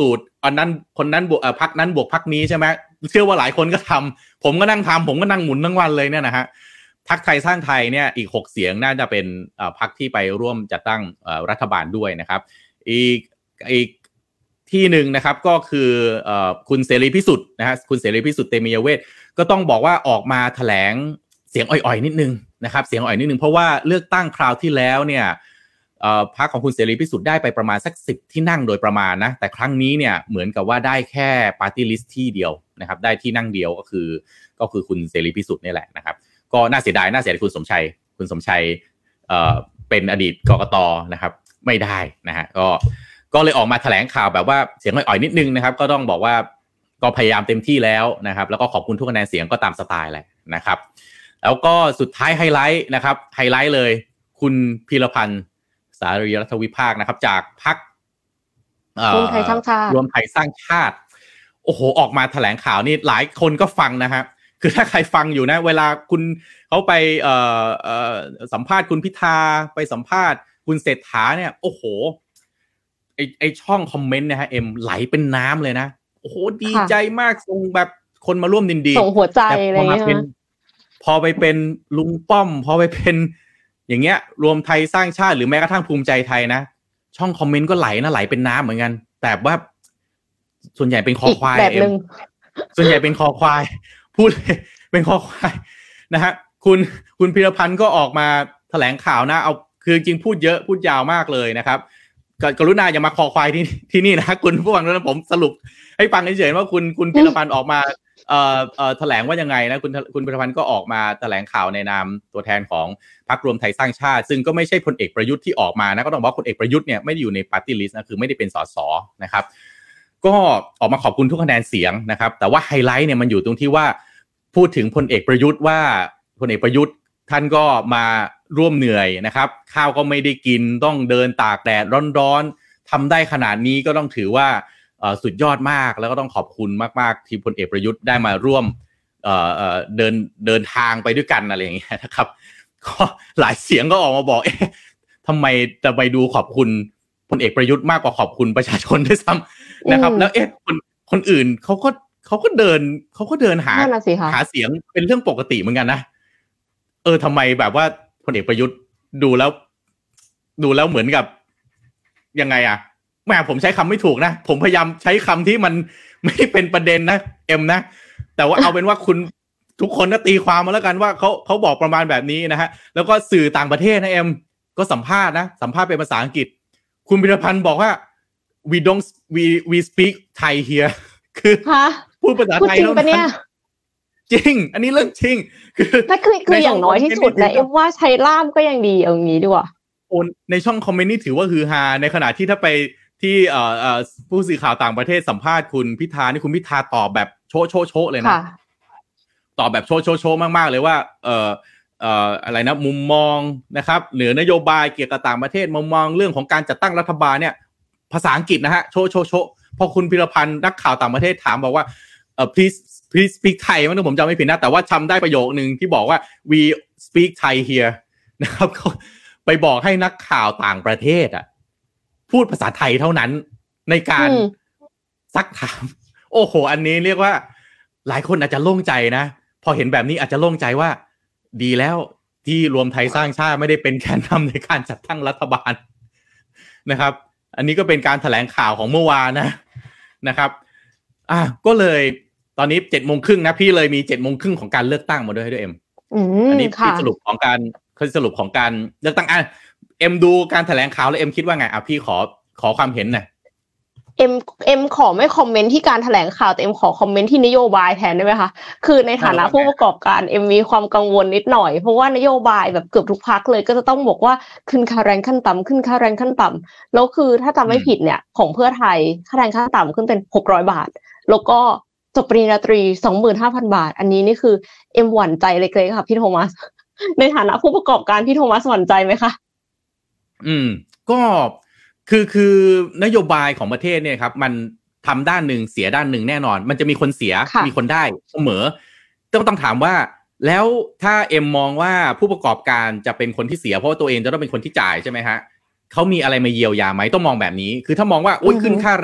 อันนั้นคนนั้นบวกพรรคนั้นบวกพรรคนี้ใช่ไหมเชื่อว่าหลายคนก็ทำผมก็นั่งทำผมก็นั่งหมุนทั้งวันเลยเนี่ยนะฮะพรรคไทยสร้างไทยเนี่ยอีกหกเสียงน่าจะเป็นพรรคที่ไปร่วมจัดตั้งรัฐบาลด้วยนะครับอีกอีกที่หนึ่งนะครับก็คือคุณเสรีพิสุทธิ์นะฮะคุณเสรีพิสุทธิ์เตมียเวทก็ต้องบอกว่าออกมาแถลงเสียงอ่อยๆนิดนึงนะครับเสียงอ่อยนิดนึงเพราะว่าเลือกตั้งคราวที่แล้วเนี่ยพรรคของคุณเสรีพิสุทธิ์ได้ไปประมาณสักสิบที่นั่งโดยประมาณนะแต่ครั้งนี้เนี่ยเหมือนกับว่าได้แค่ปาร์ตี้ลิสต์ที่เดียวนะครับได้ที่นั่งเดียวก็คือก็คือคุณเสรีพิสุทธิ์นี่แหละนะครับก็น่าเสียดายน่าเสียดายคุณสมชัยคุณสมชัยเอ่อเป็นอดีตกกต.นะครับไม่ได้นะฮะก็ก็เลยออกมาแถลงข่าวแบบว่าเสียงอ่อยๆนิดนึงนะครับก็ต้องบอกว่าก็พยายามเต็มที่แล้วนะครับแล้วก็ขอบคุณทุกคะแนนเสียงก็ตามสไตล์แหละนะครับแล้วก็สุดท้ายไฮไลท์นะครับไฮไลท์เลยคุณพีรพันธ์สารีรัฐวิภาคนะครับจากพรรครวมไทยสร้างชาติรวมไทยสร้างชาติโอ้โหออกมาแถลงข่าวนี่หลายคนก็ฟังนะฮะคือถ้าใครฟังอยู่นะเวลาคุณเขาไปเอ่อเอ่อสัมภาษณ์คุณพิธาไปสัมภาษณ์คุณเศรษฐาเนี่ยโอ้โหไอไอช่องคอมเมนต์นะฮะเอ็มไหลเป็นน้ำเลยนะโอ้โหดีใจมากส่งแบบคนมาร่วมดินดีส่งหัวใจอะไรอย่างเงี้ยพอไปเป็นลุงป้อมพอไปเป็นอย่างเงี้ยรวมไทยสร้างชาติหรือแม้กระทั่งภูมิใจไทยนะช่องคอมเมนต์ก็ไหลนะไหลเป็นน้ำเหมือนกันแต่ว่าส่วนใหญ่เป็นคอควายแบบนึงส่วนใหญ่เป็นคอควายพูดเป็นคอควายนะฮะคุณคุณพีรพันธ์ก็ออกมาแถลงข่าวนะเอาคือจริงพูดเยอะพูดยาวมากเลยนะครับกรุณาอย่ามาคอควายที่ที่นี่นะคุณผู้ฟังนะผมสรุปให้ฟังเฉยๆว่าคุณคุณพีรพันธ์ออกมาเอ่อเอ่อแถลงว่ายังไงนะคุณคุณพีรพันธ์ก็ออกมาแถลงข่าวในนามตัวแทนของพรรครวมไทยสร้างชาติซึ่งก็ไม่ใช่พลเอกประยุทธ์ที่ออกมานะก็ต้องบอกว่าพลเอกประยุทธ์เนี่ยไม่ได้อยู่ในปาร์ตี้ลิสต์นะคือไม่ได้เป็นสสนะครับก็ออกมาขอบคุณทุกคะแนนเสียงนะครับแต่ว่าไฮไลท์เนี่ยมันอยู่ตรงที่ว่าพูดถึงพลเอกประยุทธ์ว่าพลเอกประยุทธ์ท่านก็มาร่วมเหนื่อยนะครับข้าวก็ไม่ได้กินต้องเดินตากแดดร้อนๆทำได้ขนาดนี้ก็ต้องถือว่าสุดยอดมากแล้วก็ต้องขอบคุณมากๆที่พลเอกประยุทธ์ได้มาร่วมเอ่อเอ่อเดินเดินทางไปด้วยกันอะไรอย่างเงี้ยนะครับก็หลายเสียงก็ออกมาบอกเอ๊ะทำไมจะไปดูขอบคุณพลเอกประยุทธ์มากกว่าขอบคุณประชาชนด้วยซ้ำนะครับแล้วเอ๊ะคนคนอื่นเขาก็เขาก็เดินเขาก็เดินหาหาเสียงเป็นเรื่องปกติเหมือนกันนะเออทำไมแบบว่าพลเอกประยุทธ์ดูแล้วดูแล้วเหมือนกับยังไงอะแม่ผมใช้คำไม่ถูกนะผมพยายามใช้คำที่มันไม่เป็นประเด็นนะเอ็มนะแต่ว่าเอาเป็นว่าคุณทุกคนก็ตีความมาแล้วกันว่าเขาเขาบอกประมาณแบบนี้นะฮะแล้วก็สื่อต่างประเทศนะเอ็มก็สัมภาษณ์นะสัมภาษณ์เป็นภาษาอังกฤษคุณพิรพันธ์บอกว่า we don't we we speak Thai here คือพูดภาษาไทยแล้วนะจริงอันนี้เรื่องจริงคือนั่นคือคืออย่างน้อยที่สุดนะเอ็มว่าใช้ล่ามก็ยังดีเอางี้ดีกว่าในช่องคอมเมนต์นี่ถือว่าฮือฮาในขณะที่ถ้าไปที่เอ่อเอ่อผู้สื่อข่าวต่างประเทศสัมภาษณ์คุณพิธานี่คุณพิธาตอบแบบโชโชโชเลยนะตอบแบบโชโชโชมากๆเลยว่าเอ่อเอ่ออะไรนะมุมมองนะครับเหนือนโยบายเกี่ยวกับต่างประเทศมุมมองเรื่องของการจัดตั้งรัฐบาลเนี่ยภาษาอังกฤษนะฮะโชโชโชพอคุณพิรพันธ์นักข่าวต่างประเทศถามบอกว่าเอ่อ please please speak Thai มั้งผมจำไม่ผิดนะแต่ว่าจำได้ประโยคนึงที่บอกว่า we speak Thai here นะครับไปบอกให้นักข่าวต่างประเทศอ่ะพูดภาษาไทยเท่านั้นในการซักถามโอ้โหอันนี้เรียกว่าหลายคนอาจจะโล่งใจนะพอเห็นแบบนี้อาจจะโล่งใจว่าดีแล้วที่รวมไทยสร้างชาติไม่ได้เป็นแกนนำในการจัดตั้งรัฐบาลนะครับอันนี้ก็เป็นการแถลงข่าวของเมื่อวานนะนะครับอ่ะก็เลยตอนนี้เจ็ดโมงครึ่งนะพี่เลยมีเจ็ดโมงครึ่งของการเลือกตั้งมาด้วยด้วยเอ็มอันนี้พี่สรุปของการคือสรุปของการเลือกตั้งอ่ะเอ็มดูการแถลงข่าวแล้วเอ็มคิดว่าไงอ่ะพี่ขอขอความเห็นหน่อยเอ็มเอ็มขอไม่คอมเมนต์ที่การแถลงข่าวแต่เอ็มขอคอมเมนต์ที่นโยบายแทนได้ไหมคะคือในฐานะผู้ประกอบการเอ็มมีความกังวลนิดหน่อยเพราะว่านโยบายแบบเกือบทุกพรรคเลยก็จะต้องบอกว่าขึ้นค่าแรงขั้นต่ำขึ้นค่าแรงขั้นต่ำแล้วคือถ้าจำไม่ผิดเนี่ยของเพื่อไทยค่าแรงขั้นต่ำขึ้นเป็นหกร้อยบาทแล้วก็จบปริญญาตรี สองหมื่นห้าพัน บาทอันนี้นี่คือเอ็มหวั่นใจเล็กๆค่ะพี่โทมัสในฐานะผู้ประกอบการพี่โทมัสหวั่นใจไหมคะอืมก็คือคือนโยบายของประเทศเนี่ยครับมันทำด้านหนึ่งเสียด้านหนึ่งแน่นอนมันจะมีคนเสียมีคนได้เสมอต้องต้องถามว่าแล้วถ้าเอ็มมองว่าผู้ประกอบการจะเป็นคนที่เสียเพราะว่าตัวเองจะต้องเป็นคนที่จ่ายใช่ไหมฮะเขามีอะไรมาเยียวยาไหมต้องมองแบบนี้คือถ้ามองว่าโอ๊ยขึ้นค่าแรง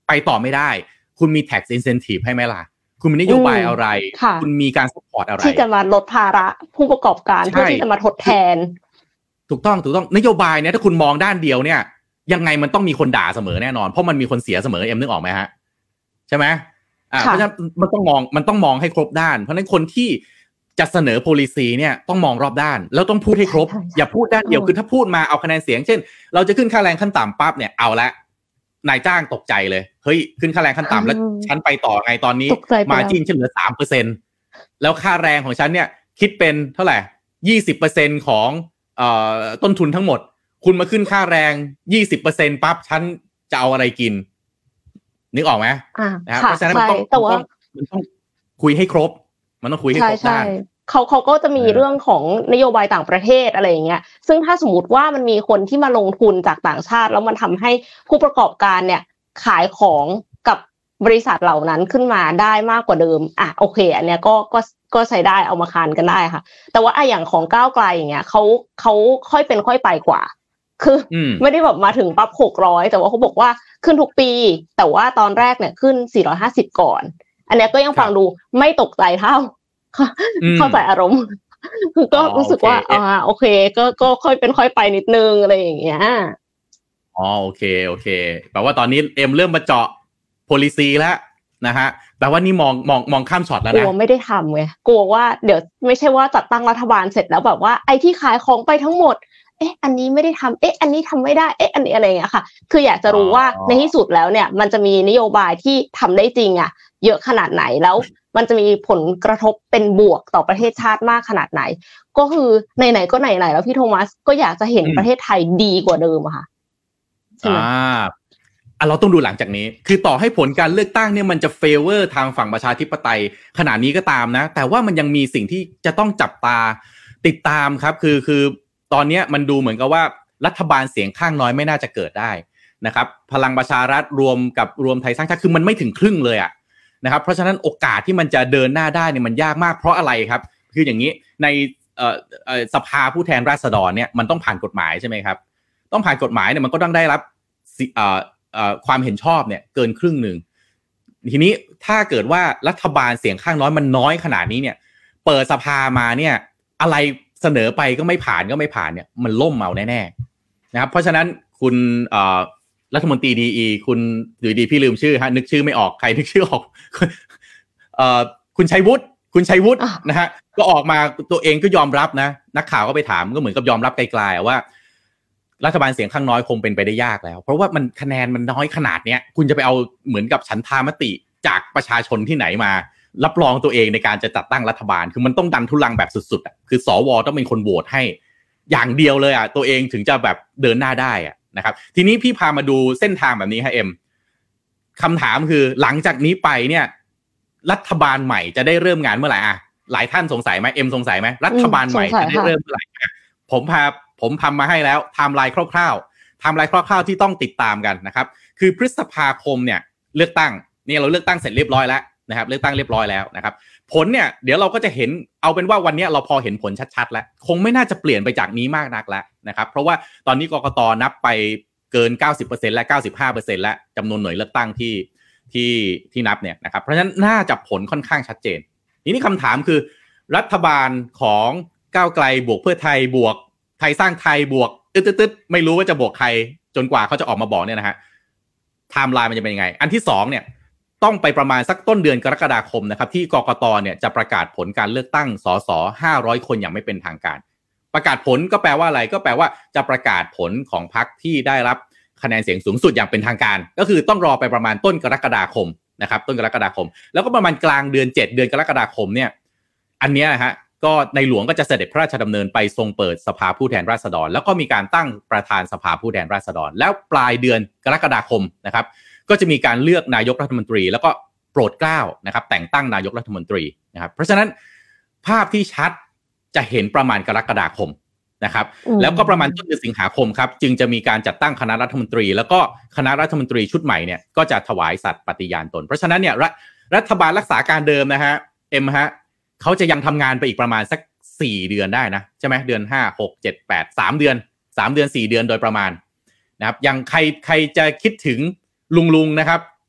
ไปต่อไม่ได้คุณมี tax incentive ให้ไหมล่ะคุณมีนโยบายอะไรคุณมีการ support อะไรที่จะมาลดภาระผู้ประกอบการเพื่อที่จะมาทดแทนถูกต้องถูกต้องนโยบายเนี่ยถ้าคุณมองด้านเดียวเนี่ยยังไงมันต้องมีคนด่าเสมอแน่นอนเพราะมันมีคนเสียเสมอเอ็มนึกออกไหมฮะใช่ไหมอ่าเพราะฉะนั้นมันต้องมองมันต้องมองให้ครบด้านเพราะฉะนั้นคนที่จะเสนอ policy เนี่ยต้องมองรอบด้านแล้วต้องพูดให้ครบอย่าพูดด้านเดียวคือถ้าพูดมาเอาคะแนนเสียงเช่นเราจะขึ้นค่าแรงขั้นต่ำปั๊บเนี่ยเอาละนายจ้างตกใจเลยเฮ้ยขึ้นค่าแรงขั้นต่ำแล้วฉันไปต่อไงตอนนี้มาจิ้นฉันเหลือ สามเปอร์เซ็นต์ แล้วค่าแรงของฉันเนี่ยคิดเป็นเท่าไหร่ ยี่สิบเปอร์เซ็นต์ ของเอ่อต้นทุนทั้งหมดคุณมาขึ้นค่าแรง ยี่สิบเปอร์เซ็นต์ ปั๊บฉันจะเอาอะไรกินนึกออกไหมนะครับเพราะฉะนั้นมันต้องมันต้องคุยให้ครบมันต้องคุยให้ครบด้านเขาเขาก็จะมีเรื่องของนโยบายต่างประเทศอะไรอย่างเงี้ยซึ่งถ้าสมมติว่ามันมีคนที่มาลงทุนจากต่างชาติแล้วมันทำให้ผู้ประกอบการเนี่ยขายของกับบริษัทเหล่านั้นขึ้นมาได้มากกว่าเดิมอ่ะโอเคอันเนี้ยก็ก็ก็ใช้ได้เอามาคานกันได้ค่ะแต่ว่าอ่ะอย่างของก้าวไกลอย่างเงี้ยเขาเขาค่อยเป็นค่อยไปกว่าคือไม่ได้แบบมาถึงปั๊บหกร้อยแต่ว่าเขาบอกว่าขึ้นทุกปีแต่ว่าตอนแรกเนี่ยขึ้นสี่ร้อยห้าสิบก่อนอันเนี้ยก็ยังฟังดูไม่ตกใจเท่าเข้าใจอารมณ์คือก็รู้สึกว่าอ่าโอเคก็ก็ค่อยเป็นค่อยไปนิดนึงอะไรอย่างเงี้ยอ๋อโอเคโอเคแปลว่าตอนนี้เอ็มเริ่มมาเจาะ policy แล้วนะฮะแปลว่านี่มองมองมองข้ามช็อตแล้วนะกลัวไม่ได้ทำไงกลัวว่าเดี๋ยวไม่ใช่ว่าจัดตั้งรัฐบาลเสร็จแล้วแบบว่าไอ้ที่ขายของไปทั้งหมดเอ๊ะอันนี้ไม่ได้ทำเอ๊ะอันนี้ทำไม่ได้เอ๊ะอันนี้อะไรอย่างเงี้ยค่ะคืออยากจะรู้ว่าในที่สุดแล้วเนี่ยมันจะมีนโยบายที่ทำได้จริงอ่ะเยอะขนาดไหนแล้วมันจะมีผลกระทบเป็นบวกต่อประเทศชาติมากขนาดไหนก็คือไหนๆก็ไหนๆแล้วพี่โทมัสก็อยากจะเห็นประเทศไทยดีกว่าเดิมอะค่ะใช่ไหมอ่าอ่ะเราต้องดูหลังจากนี้คือต่อให้ผลการเลือกตั้งเนี่ยมันจะเฟเวอร์ทางฝั่งประชาธิปไตยขนาดนี้ก็ตามนะแต่ว่ามันยังมีสิ่งที่จะต้องจับตาติดตามครับคือคือตอนนี้มันดูเหมือนกับว่ารัฐบาลเสียงข้างน้อยไม่น่าจะเกิดได้นะครับพลังประชารัฐรวมกับรวมไทยสร้างชาติคือมันไม่ถึงครึ่งเลยอ่ะนะครับเพราะฉะนั้นโอกาสที่มันจะเดินหน้าได้เนี่ยมันยากมากเพราะอะไรครับคืออย่างนี้ในเอ่อเอ่อสภาผู้แทนราษฎรเนี่ยมันต้องผ่านกฎหมายใช่ไหมครับต้องผ่านกฎหมายเนี่ยมันก็ต้องได้รับเอ่อเอ่อความเห็นชอบเนี่ยเกินครึ่งนึงทีนี้ถ้าเกิดว่ารัฐบาลเสียงข้างน้อยมันน้อยขนาดนี้เนี่ยเปิดสภามาเนี่ยอะไรเสนอไปก็ไม่ผ่านก็ไม่ผ่านเนี่ยมันล่มเอาแน่ๆนะครับเพราะฉะนั้นคุณเอ่อรัฐมนตรีดีอีคุณอยู่ดีพี่ลืมชื่อฮะนึกชื่อไม่ออกใครนึกชื่อออกเอ่อคุณชัยวุฒิคุณชัยวุฒินะฮะก็ออกมาตัวเองก็ยอมรับนะนักข่าวก็ไปถามก็เหมือนกับยอมรับไกลๆว่ารัฐบาลเสียงข้างน้อยคงเป็นไปได้ยากแล้วเพราะว่ามันคะแนนมันน้อยขนาดเนี้ยคุณจะไปเอาเหมือนกับฉันทามติจากประชาชนที่ไหนมารับรองตัวเองในการจะจัดตั้งรัฐบาลคือมันต้องดันทุลังแบบสุดๆอ่ะคือสวต้องเป็นคนโหวตให้อย่างเดียวเลยอ่ะตัวเองถึงจะแบบเดินหน้าได้อ่ะนะครับทีนี้พี่พามาดูเส้นทางแบบนี้ฮะเอ็มคำถามคือหลังจากนี้ไปเนี่ยรัฐบาลใหม่จะได้เริ่มงานเมื่อไหร่อ่ะหลายท่านสงสัยไหมเอ็มสงสัยไหมรัฐบาลใหม่จะได้เริ่มเมื่อไหร่ผมพาผมทำมาให้แล้วไทม์ไลน์คร่าวๆไทม์ไลน์คร่าวๆที่ต้องติดตามกันนะครับคือพฤษภาคมเนี่ยเลือกตั้งนี่เราเลือกตั้งเสร็จเรียบร้อยแล้วนะครับเลือกตั้งเรียบร้อยแล้วนะครับผลเนี่ยเดี๋ยวเราก็จะเห็นเอาเป็นว่าวันนี้เราพอเห็นผลชัดๆแล้วคงไม่น่าจะเปลี่ยนไปจากนี้มากนักแล้วนะครับเพราะว่าตอนนี้กกต.นับไปเกิน เก้าสิบเปอร์เซ็นต์ และ เก้าสิบห้าเปอร์เซ็นต์ แล้วจำนวนหน่วยเลือกตั้งที่ที่ที่นับเนี่ยนะครับเพราะฉะนั้นน่าจะผลค่อนข้างชัดเจนทีนี้คำถามคือรัฐบาลของก้าวไกลบวกเพื่อไทยบวกไทยสร้างไทยบวกตึ๊ดๆไม่รู้ว่าจะบวกใครจนกว่าเขาจะออกมาบอกเนี่ยนะฮะไทม์ไลน์มันจะเป็นยังไงอันที่สองเนี่ยต้องไปประมาณสักต้นเดือนกรกฎาคมนะครับที่กกต.เนี่ยจะประกาศผลการเลือกตั้งสสห้าร้อยคนอย่างไม่เป็นทางการประกาศผลก็แปลว่าอะไรก็แปลว่าจะประกาศผลของพรรคที่ได้รับคะแนนเสียงสูงสุดอย่างเป็นทางการก็คือต้องรอไปประมาณต้นกรกฎาคมนะครับต้นกรกฎาคมแล้วก็ประมาณกลางเดือนเจ็ดเดือนกรกฎาคมเนี่ยอันเนี้ยนะฮะก็ในหลวงก็จะเสด็จพระราชดำเนินไปทรงเปิดสภาผู้แทนราษฎรแล้วก็มีการตั้งประธานสภาผู้แทนราษฎรแล้วปลายเดือนกรกฎาคมนะครับก็จะมีการเลือกนายกรัฐมนตรีแล้วก็โปรดเกล้านะครับแต่งตั้งนายกรัฐมนตรีนะครับเพราะฉะนั้นภาพที่ชัดจะเห็นประมาณกรกฎาคมนะครับแล้วก็ประมาณต้นเดือนสิงหาคมครับจึงจะมีการจัดตั้งคณะรัฐมนตรีแล้วก็คณะรัฐมนตรีชุดใหม่เนี่ยก็จะถวายสัตย์ปฏิญาณตนเพราะฉะนั้นเนี่ยรัฐบาลรักษาการเดิมนะฮะเอ็มฮะเขาจะยังทำงานไปอีกประมาณสักสี่เดือนได้นะใช่ไหมเดือนห้า หก เจ็ด แปด สามเดือนสามเดือนสี่เดือนโดยประมาณนะครับยังใครใครจะคิดถึงลุงๆนะครับ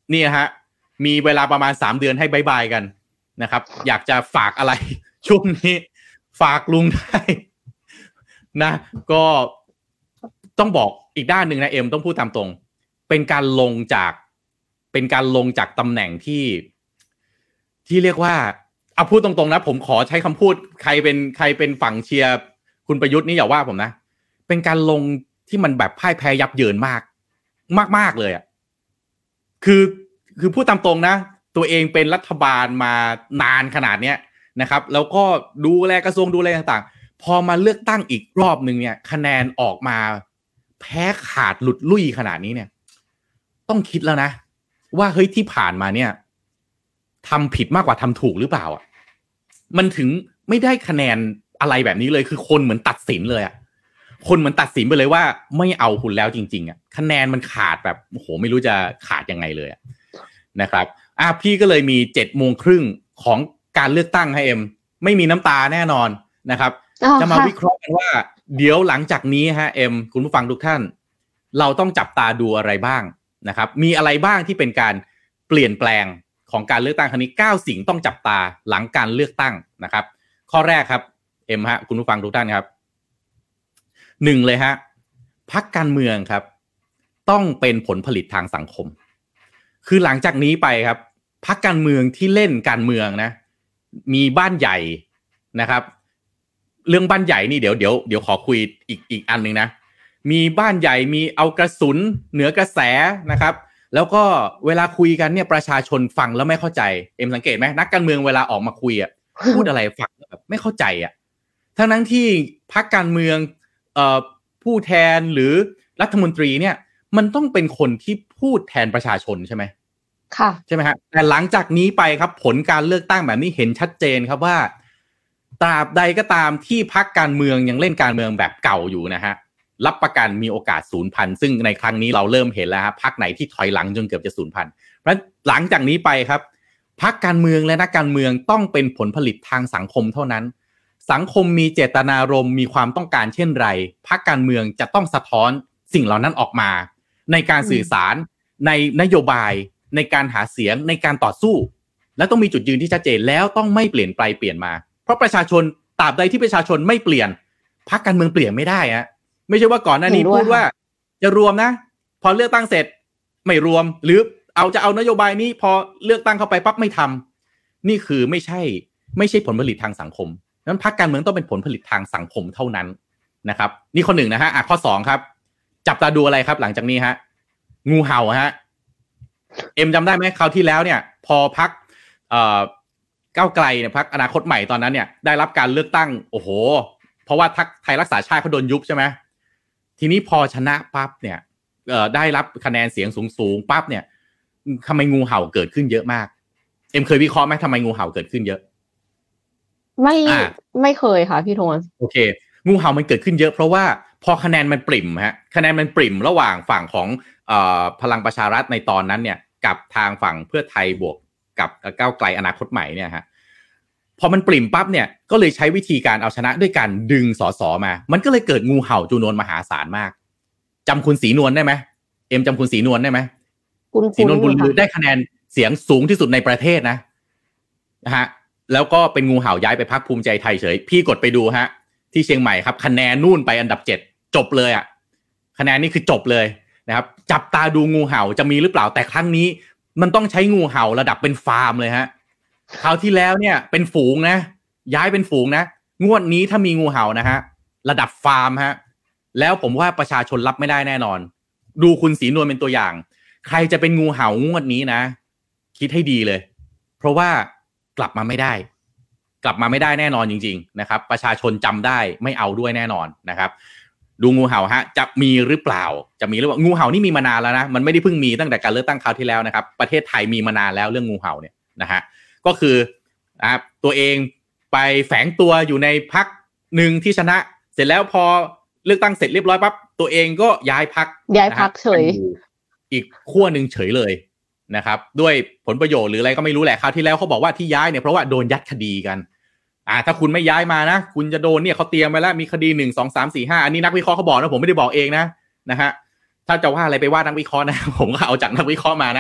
นี่ฮะมีเวลาประมาณสามเดือนให้บายบายกันนะครับอยากจะฝากอะไรช่วงนี้ฝากลุงได้นะก็ต้องบอกอีกด้านนึงนะเอ็มต้องพูดตามตรงเป็นการลงจากเป็นการลงจากตำแหน่งที่ที่เรียกว่าเอาพูดตรงๆนะผมขอใช้คำพูดใครเป็นใครเป็นฝั่งเชียร์คุณประยุทธ์นี่อย่าว่าผมนะเป็นการลงที่มันแบบพ่ายแพ้ยับเยินมากมากๆเลยอ่ะคือคือพูดตามตรงนะตัวเองเป็นรัฐบาลมานานขนาดเนี้ยนะครับแล้วก็ดูแลกระทรวงดูแลต่างๆพอมาเลือกตั้งอีกรอบนึงเนี่ยคะแนนออกมาแพ้ขาดหลุดลุ่ยขนาดนี้เนี่ยต้องคิดแล้วนะว่าเฮ้ยที่ผ่านมาเนี่ยทำผิดมากกว่าทำถูกหรือเปล่าอ่ะมันถึงไม่ได้คะแนนอะไรแบบนี้เลยคือคนเหมือนตัดสินเลยอ่ะคนเหมือนตัดสินไปเลยว่าไม่เอาคุณแล้วจริงๆอ่ะคะแนนมันขาดแบบโอ้โหไม่รู้จะขาดยังไงเลยนะครับอ่ะพี่ก็เลยมีเจ็ดโมงครึ่งของการเลือกตั้งให้เอ็มไม่มีน้ำตาแน่นอนนะครับจะมาวิเคราะห์กันว่าเดี๋ยวหลังจากนี้ฮะเอ็มคุณผู้ฟังทุกท่านเราต้องจับตาดูอะไรบ้างนะครับมีอะไรบ้างที่เป็นการเปลี่ยนแปลงของการเลือกตั้งครั้งนี้เก้าสิ่งต้องจับตาหลังการเลือกตั้งนะครับข้อแรกครับเอ็มฮะคุณผู้ฟังทุกท่านครับหนึ่งเลยฮะพรรคการเมืองครับต้องเป็นผลผลิตทางสังคมคือหลังจากนี้ไปครับพรรคการเมืองที่เล่นการเมืองนะมีบ้านใหญ่นะครับเรื่องบ้านใหญ่นี่เดี๋ยวเดี๋ยวเดี๋ยวขอคุยอีกอีกอันนึงนะมีบ้านใหญ่มีเอากระสุนเหนือกระแสนะครับแล้วก็เวลาคุยกันเนี่ยประชาชนฟังแล้วไม่เข้าใจเอ็มสังเกตไหมนักการเมืองเวลาออกมาคุยอ่ะพูดอะไรฟังแบบไม่เข้าใจอ่ะทั้งนั้นที่พรรคการเมืองเอ่อผู้แทนหรือรัฐมนตรีเนี่ยมันต้องเป็นคนที่พูดแทนประชาชนใช่ไหมค่ะใช่ไหมฮะแต่หลังจากนี้ไปครับผลการเลือกตั้งแบบนี้เห็นชัดเจนครับว่าตราบใดก็ตามที่พรรคการเมืองยังเล่นการเมืองแบบเก่าอยู่นะฮะรับประกันมีโอกาสสูญพันธุ์ซึ่งในครั้งนี้เราเริ่มเห็นแล้วครับพรรคไหนที่ถอยหลังจนเกือบจะสูญพันธุ์เพราะหลังจากนี้ไปครับพรรคการเมืองและนักการเมืองต้องเป็นผลผลิตทางสังคมเท่านั้นสังคมมีเจตนารมณ์มีความต้องการเช่นไรพรรคการเมืองจะต้องสะท้อนสิ่งเหล่านั้นออกมาในการสื่อสารในนโยบายในการหาเสียงในการต่อสู้และต้องมีจุดยืนที่ชัดเจนแล้วต้องไม่เปลี่ยนไปเปลี่ยนมาเพราะประชาชนตราบใดที่ประชาชนไม่เปลี่ยนพรรคการเมืองเปลี่ยนไม่ได้ฮะไม่ใช่ว่าก่อนหน้านี้พูดว่าจะรวมนะพอเลือกตั้งเสร็จไม่รวมหรือเอาจะเอานโยบายนี้พอเลือกตั้งเข้าไปปั๊บไม่ทำนี่คือไม่ใช่ไม่ใช่ผลผลิตทางสังคมนั้นพรรคการเมืองต้องเป็นผลผลิตทางสังคมเท่านั้นนะครับนี่ข้อหนึ่งนะฮะอ่ะข้อสองครับจับตาดูอะไรครับหลังจากนี้ฮะงูเห่าฮะเอ็มจำได้ไหมคราวที่แล้วเนี่ยพอพรรคเอ่อก้าวไกลเนี่ยพรรคอนาคตใหม่ตอนนั้นเนี่ยได้รับการเลือกตั้งโอ้โหเพราะว่าพรรคไทยรักษาชาติเขาโดนยุบใช่ไหมทีนี้พอชนะปั๊บเนี่ยเอ่อได้รับคะแนนเสียงสูงๆปั๊บเนี่ยทำไมงูเห่าเกิดขึ้นเยอะมากเอ็มเคยวิเคราะห์ไหมทำไมงูเห่าเกิดขึ้นเยอะไม่ไม่เคยค่ะพี่โทนโอเคงูเห่ามันเกิดขึ้นเยอะเพราะว่าพอคะแนนมันปริ่มฮะคะแนนมันปริ่มระหว่างฝั่งของเอ่อพลังประชารัฐในตอนนั้นเนี่ยกับทางฝั่งเพื่อไทยบวกกับก้าวไกลอนาคตใหม่เนี่ยฮะพอมันปริ่มปั๊บเนี่ยก็เลยใช้วิธีการเอาชนะด้วยการดึงสสมามันก็เลยเกิดงูเห่าจำนวนมหาศาลมากจำคุณศรีนวลได้ไหมเอ็มจำคุณศรีนวลได้ไหมศรีนวลบุญลือได้คะแนนเสียงสูงที่สุดในประเทศนะนะฮะแล้วก็เป็นงูเห่าย้ายไปพรรคภูมิใจไทยเฉยพี่กดไปดูฮะที่เชียงใหม่ครับคะแนนนู่นไปอันดับเจ็ดจบเลยอ่ะคะแนนนี่คือจบเลยนะครับจับตาดูงูเห่าจะมีหรือเปล่าแต่ครั้งนี้มันต้องใช้งูเห่าระดับเป็นฟาร์มเลยฮะคราวที่แล้วเนี่ยเป็นฝูงนะย้ายเป็นฝูงนะงวดนี้ถ้ามีงูเห่านะฮะระดับฟาร์มฮะแล้วผมว่าประชาชนรับไม่ได้แน่นอนดูคุณศรีนวลเป็นตัวอย่างใครจะเป็นงูเห่างวดนี้นะคิดให้ดีเลยเพราะว่ากลับมาไม่ได้กลับมาไม่ได้แน่นอนจริงๆนะครับประชาชนจำได้ไม่เอาด้วยแน่นอนนะครับดูงูเห่าฮะจะมีหรือเปล่าจะมีหรือเปล่างูเห่านี่มีมานานแล้วนะมันไม่ได้เพิ่งมีตั้งแต่การเลือกตั้งคราวที่แล้วนะครับประเทศไทยมีมานานแล้วเรื่องงูเห่าเนี่ยนะฮะก็คือนะครับตัวเองไปแฝงตัวอยู่ในพรรคหนึ่งที่ชนะเสร็จแล้วพอเลือกตั้งเสร็จเรียบร้อยปั๊บตัวเองก็ย้ายพรรคย้ายพรรคเฉยอีกขั้วนึงเฉยเลยนะครับด้วยผลประโยชน์หรืออะไรก็ไม่รู้แหละคราวที่แล้วเขาบอกว่าที่ย้ายเนี่ยเพราะว่าโดนยัดคดีกันอ่าถ้าคุณไม่ย้ายมานะคุณจะโดนเนี่ยเขาเตรียมไว้แล้วมีคดีหนึ่ง สอง สาม สี่ ห้าอันนี้นักวิเคราะห์เขาบอกนะผมไม่ได้บอกเองนะนะฮะถ้าจะว่าอะไรไปว่านักวิเคราะห์นะผมก็เอาจากนักวิเคราะห์มานะ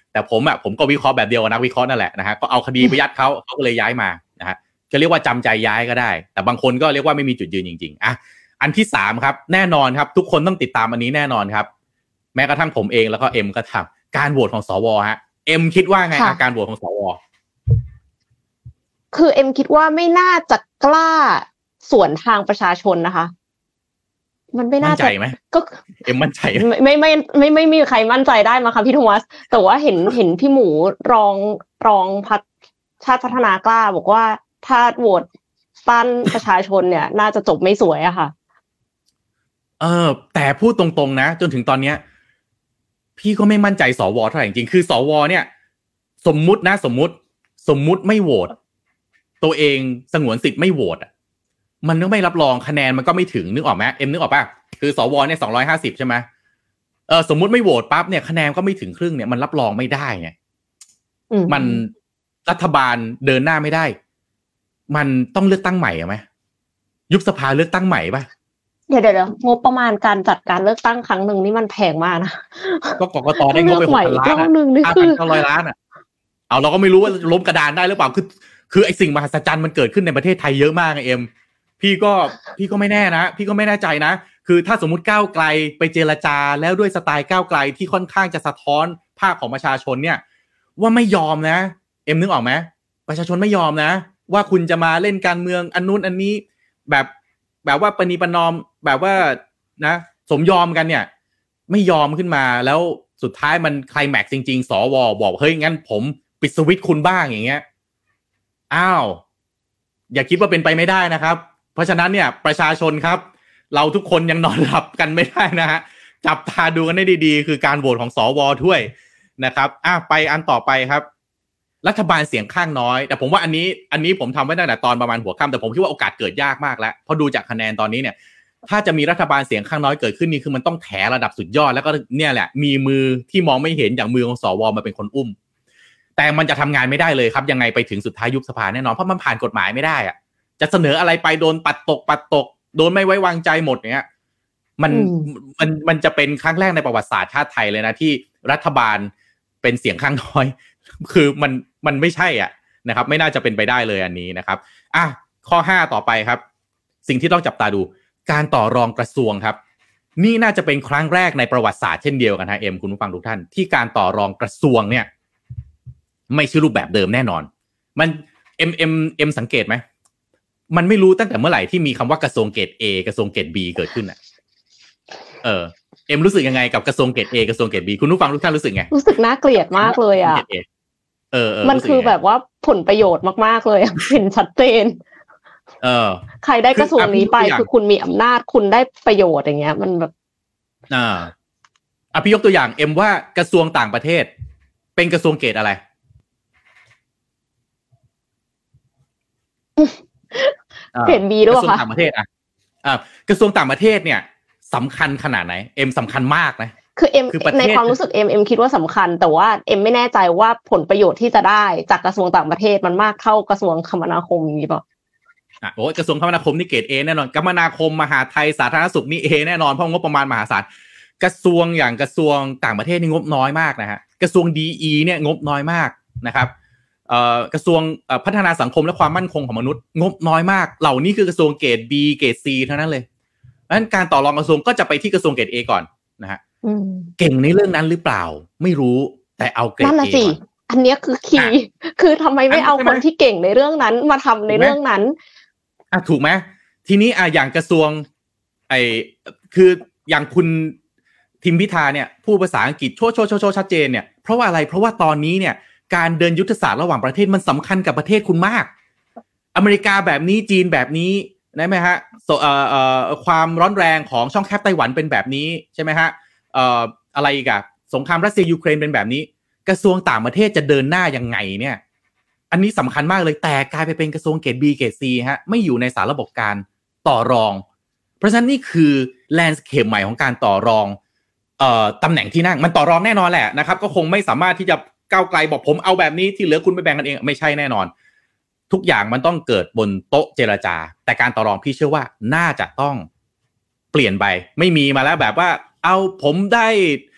แต่ผมอ่ะผมก็วิเคราะห์แบบเดียวกับนักวิเคราะห์นั่นแหละนะฮะก็เอาคดีไปยัดเขาเขาก็เลยย้ายมานะฮะจะเรียกว่าจำใจย้ายก็ได้แต่บางคนก็เรียกว่าไม่มีจุดยืนจริงๆอ่ะอันที่สามครับแน่นอนครับทุกคนต้องติดตามอันนี้แน่นอนครับแม้กระทั่งผมเองแล้วก็เอ็มก็ทำการโหวตของสวฮะเอ็มคิดว่าไงอาการโหวตของสวคือเอ็มคิดว่าไม่น่าจะกล้าสวนทางประชาชนนะคะมันไม่น่าจะก็เอ็มมั่นใจไม่ไม่ไม่ไม่ไม่มีใครมั่นใจได้มาค่ะพี่โทมัสแต่ว่าเห็นเห็นพี่หมูรองรองพัฒชาติพัฒนากล้าบอกว่าถ้าโหวตต้านประชาชนเนี่ยน่าจะจบไม่สวยอะค่ะเออแต่พูดตรงๆนะจนถึงตอนเนี้ยพี่ก็ไม่มั่นใจสวเท่าไหร่จริงๆคือสวเนี่ยสมมุตินะสมมุติสมมุติไม่โหวตตัวเองสงวนสิทธิ์ไม่โหวตอ่ะมันก็ไม่รับรองคะแนนมันก็ไม่ถึงนึกออกไหมเอ็มนึกออกป่ะคือสวเนี่ยสองร้อยห้าสิบใช่ไหมเออสมมุติไม่โหวตปั๊บเนี่ยคะแนนก็ไม่ถึงครึ่งเนี่ยมันรับรองไม่ได้ไงมันรัฐบาลเดินหน้าไม่ได้มันต้องเลือกตั้งใหม่ไหมยุบสภาเลือกตั้งใหม่ป่ะเดี๋ยวเดี๋ยวงบประมาณการจัดการเลือกตั้งครั้งหนึ่งนี่มันแพงมากนะก็กกตได้งบไปหกพันล้านนะห้าพันเก้าร้อยล้านอ่ะเอาเราก็ไม่รู้ว่าล้มกระดานได้หรือเปล่าคือคือไอ้สิ่งมหัศจรรย์มันเกิดขึ้นในประเทศไทยเยอะมากไงเอ็มพี่ก็พี่ก็ไม่แน่นะพี่ก็ไม่แน่ใจนะคือถ้าสมมุติก้าวไกลไปเจรจาแล้วด้วยสไตล์ก้าวไกลที่ค่อนข้างจะสะท้อนภาพของประชาชนเนี่ยว่าไม่ยอมนะเอ็มนึกออกไหมประชาชนไม่ยอมนะว่าคุณจะมาเล่นการเมืองอันนู้นอันนี้แบบแบบว่าปณีประนอมแบบว่านะสมยอมกันเนี่ยไม่ยอมขึ้นมาแล้วสุดท้ายมันไคลแม็กซ์จริงๆสวบอกเฮ้ยงั้นผมปิดสวิตช์คุณบ้างอย่างเงี้ยอ้าวอย่าคิดว่าเป็นไปไม่ได้นะครับเพราะฉะนั้นเนี่ยประชาชนครับเราทุกคนยังนอนหลับกันไม่ได้นะฮะจับตาดูกันให้ดีๆคือการโหวตของสวด้วยนะครับอ่ะไปอันต่อไปครับรัฐบาลเสียงข้างน้อยแต่ผมว่าอันนี้อันนี้ผมทำไว้ตั้งแต่ตอนประมาณหัวค่ำแต่ผมคิดว่าโอกาสเกิดยากมากแล้วเพราะดูจากคะแนนตอนนี้เนี่ยถ้าจะมีรัฐบาลเสียงข้างน้อยเกิดขึ้นนี่คือมันต้องแถระดับสุดยอดแล้วก็เนี่ยแหละมีมือที่มองไม่เห็นอย่างมือของสวมาเป็นคนอุ้มแต่มันจะทำงานไม่ได้เลยครับยังไงไปถึงสุดท้ายยุบสภาแน่นอนเพราะมันผ่านกฎหมายไม่ได้อะจะเสนออะไรไปโดนปัดตกปัดตกโดนไม่ไว้วางใจหมดเนี้ยมันมันมันจะเป็นครั้งแรกในประวัติศาสตร์ชาติไทยเลยนะที่รัฐบาลเป็นเสียงข้างน้อยคือมันมันไม่ใช่อ่ะนะครับไม่น่าจะเป็นไปได้เลยอันนี้นะครับอ่ะข้อห้าต่อไปครับสิ่งที่ต้องจับตาดูการต่อรองกระทรวงครับนี่น่าจะเป็นครั้งแรกในประวัติศาสตร์เช่นเดียวกันฮะเอ็มคุณผู้ฟังทุกท่านที่การต่อรองกระทรวงเนี่ยไม่ใช่รูปแบบเดิมแน่นอนมันเอ็มเอ็มเอ็มสังเกตไหมมันไม่รู้ตั้งแต่เมื่อไหร่ที่มีคำว่ากระทรวงเกรด A กระทรวงเกรด B เกิดขึ้นอ่ะเออเอ็มรู้สึกยังไงกับกระทรวงเกรด A กระทรวงเกรด B คุณผู้ฟังทุกท่านรู้สึกไงรู้สึกน่าเกลียดมากเลยอ่ะเออมันคือแบบว่าผลประโยชน์มากๆเลยเห็นชัดเจนเออใครได้กระทรวงนี้ไปคือคุณมีอำนาจคุณได้ประโยชน์อย่างเงี้ยมันแบบอ่าอ่ะพี่ยกตัวอย่างเอ็มว่ากระทรวงต่างประเทศเป็นกระทรวงเกรดอะไรเกรด B ด้วยค่ะกระทรวงต่างประเทศอ่ะอ่ากระทรวงต่างประเทศเนี่ยสำคัญขนาดไหนเอ็มสำคัญมากนะคือเอ็มในความรู้สึกเอ็มเอ็มคิดว่าสำคัญแต่ว่าเอ็มไม่แน่ใจว่าผลประโยชน์ที่จะได้จากกระทรวงต่างประเทศมันมากเท่ากระทรวงคมนาคมอย่างนี้ป่ะอ่ะโอ้กระทรวงคมนาคมนี่เกรด A แน่นอนคมนาคมมหาดไทยสาธารณสุขนี่ A แน่นอนเพราะงบประมาณมหาศาลกระทรวงอย่างกระทรวงต่างประเทศนี่งบน้อยมากนะฮะกระทรวง ดี อี เนี่ยงบน้อยมากนะครับเอ่อกระทรวงพัฒนาสังคมและความมั่นคงของมนุษย์งบน้อยมากเหล่านี้คือกระทรวงเกรด B เกรด C เท่านั้นเลยเพราะฉะนั้นการต่อรองกระทรวงก็จะไปที่กระทรวงเกรด A ก่อนนะฮะเก่งในเรื่องนั้นหรือเปล่าไม่รู้แต่เอาเกรด A ก่อนอันนี้คือคีย์คือทำไมไม่เอาคนที่เก่งในเรื่องนั้นมาทำในเรื่องนั้นอ่ะถูกไหมทีนี้อ่ะอย่างกระทรวงไอ้คืออย่างคุณทิมพิธาเนี่ยพูดภาษาอังกฤษโชว์โชว์โชว์ชัดเจนเนี่ยเพราะว่าอะไรเพราะว่าตอนนี้เนี่ยการเดินยุทธศาสตร์ระหว่างประเทศมันสำคัญกับประเทศคุณมากอเมริกาแบบนี้จีนแบบนี้ได้ไหมฮะเอ่อเอ่อความร้อนแรงของช่องแคบไต้หวันเป็นแบบนี้ใช่ไหมฮะเอ่ออะไรอีกอะสงครามรัสเซียยูเครนเป็นแบบนี้กระทรวงต่างประเทศจะเดินหน้ายังไงเนี่ยอันนี้สำคัญมากเลยแต่กลายไปเป็นกระทรวงเกรด B เกรด C ฮะไม่อยู่ในสารระบบการต่อรองเพราะฉะนั้นนี่คือแลนด์สเคปใหม่ของการต่อรองเอ่อตำแหน่งที่นั่งมันต่อรองแน่นอนแหละนะครับก็คงไม่สามารถที่จะก้าวไกลบอกผมเอาแบบนี้ที่เหลือคุณไปแบ่งกันเองไม่ใช่แน่นอนทุกอย่างมันต้องเกิดบนโต๊ะเจรจาแต่การต่อรองพี่เชื่อว่าน่าจะต้องเปลี่ยนไปไม่มีมาแล้วแบบว่าเอาผมได้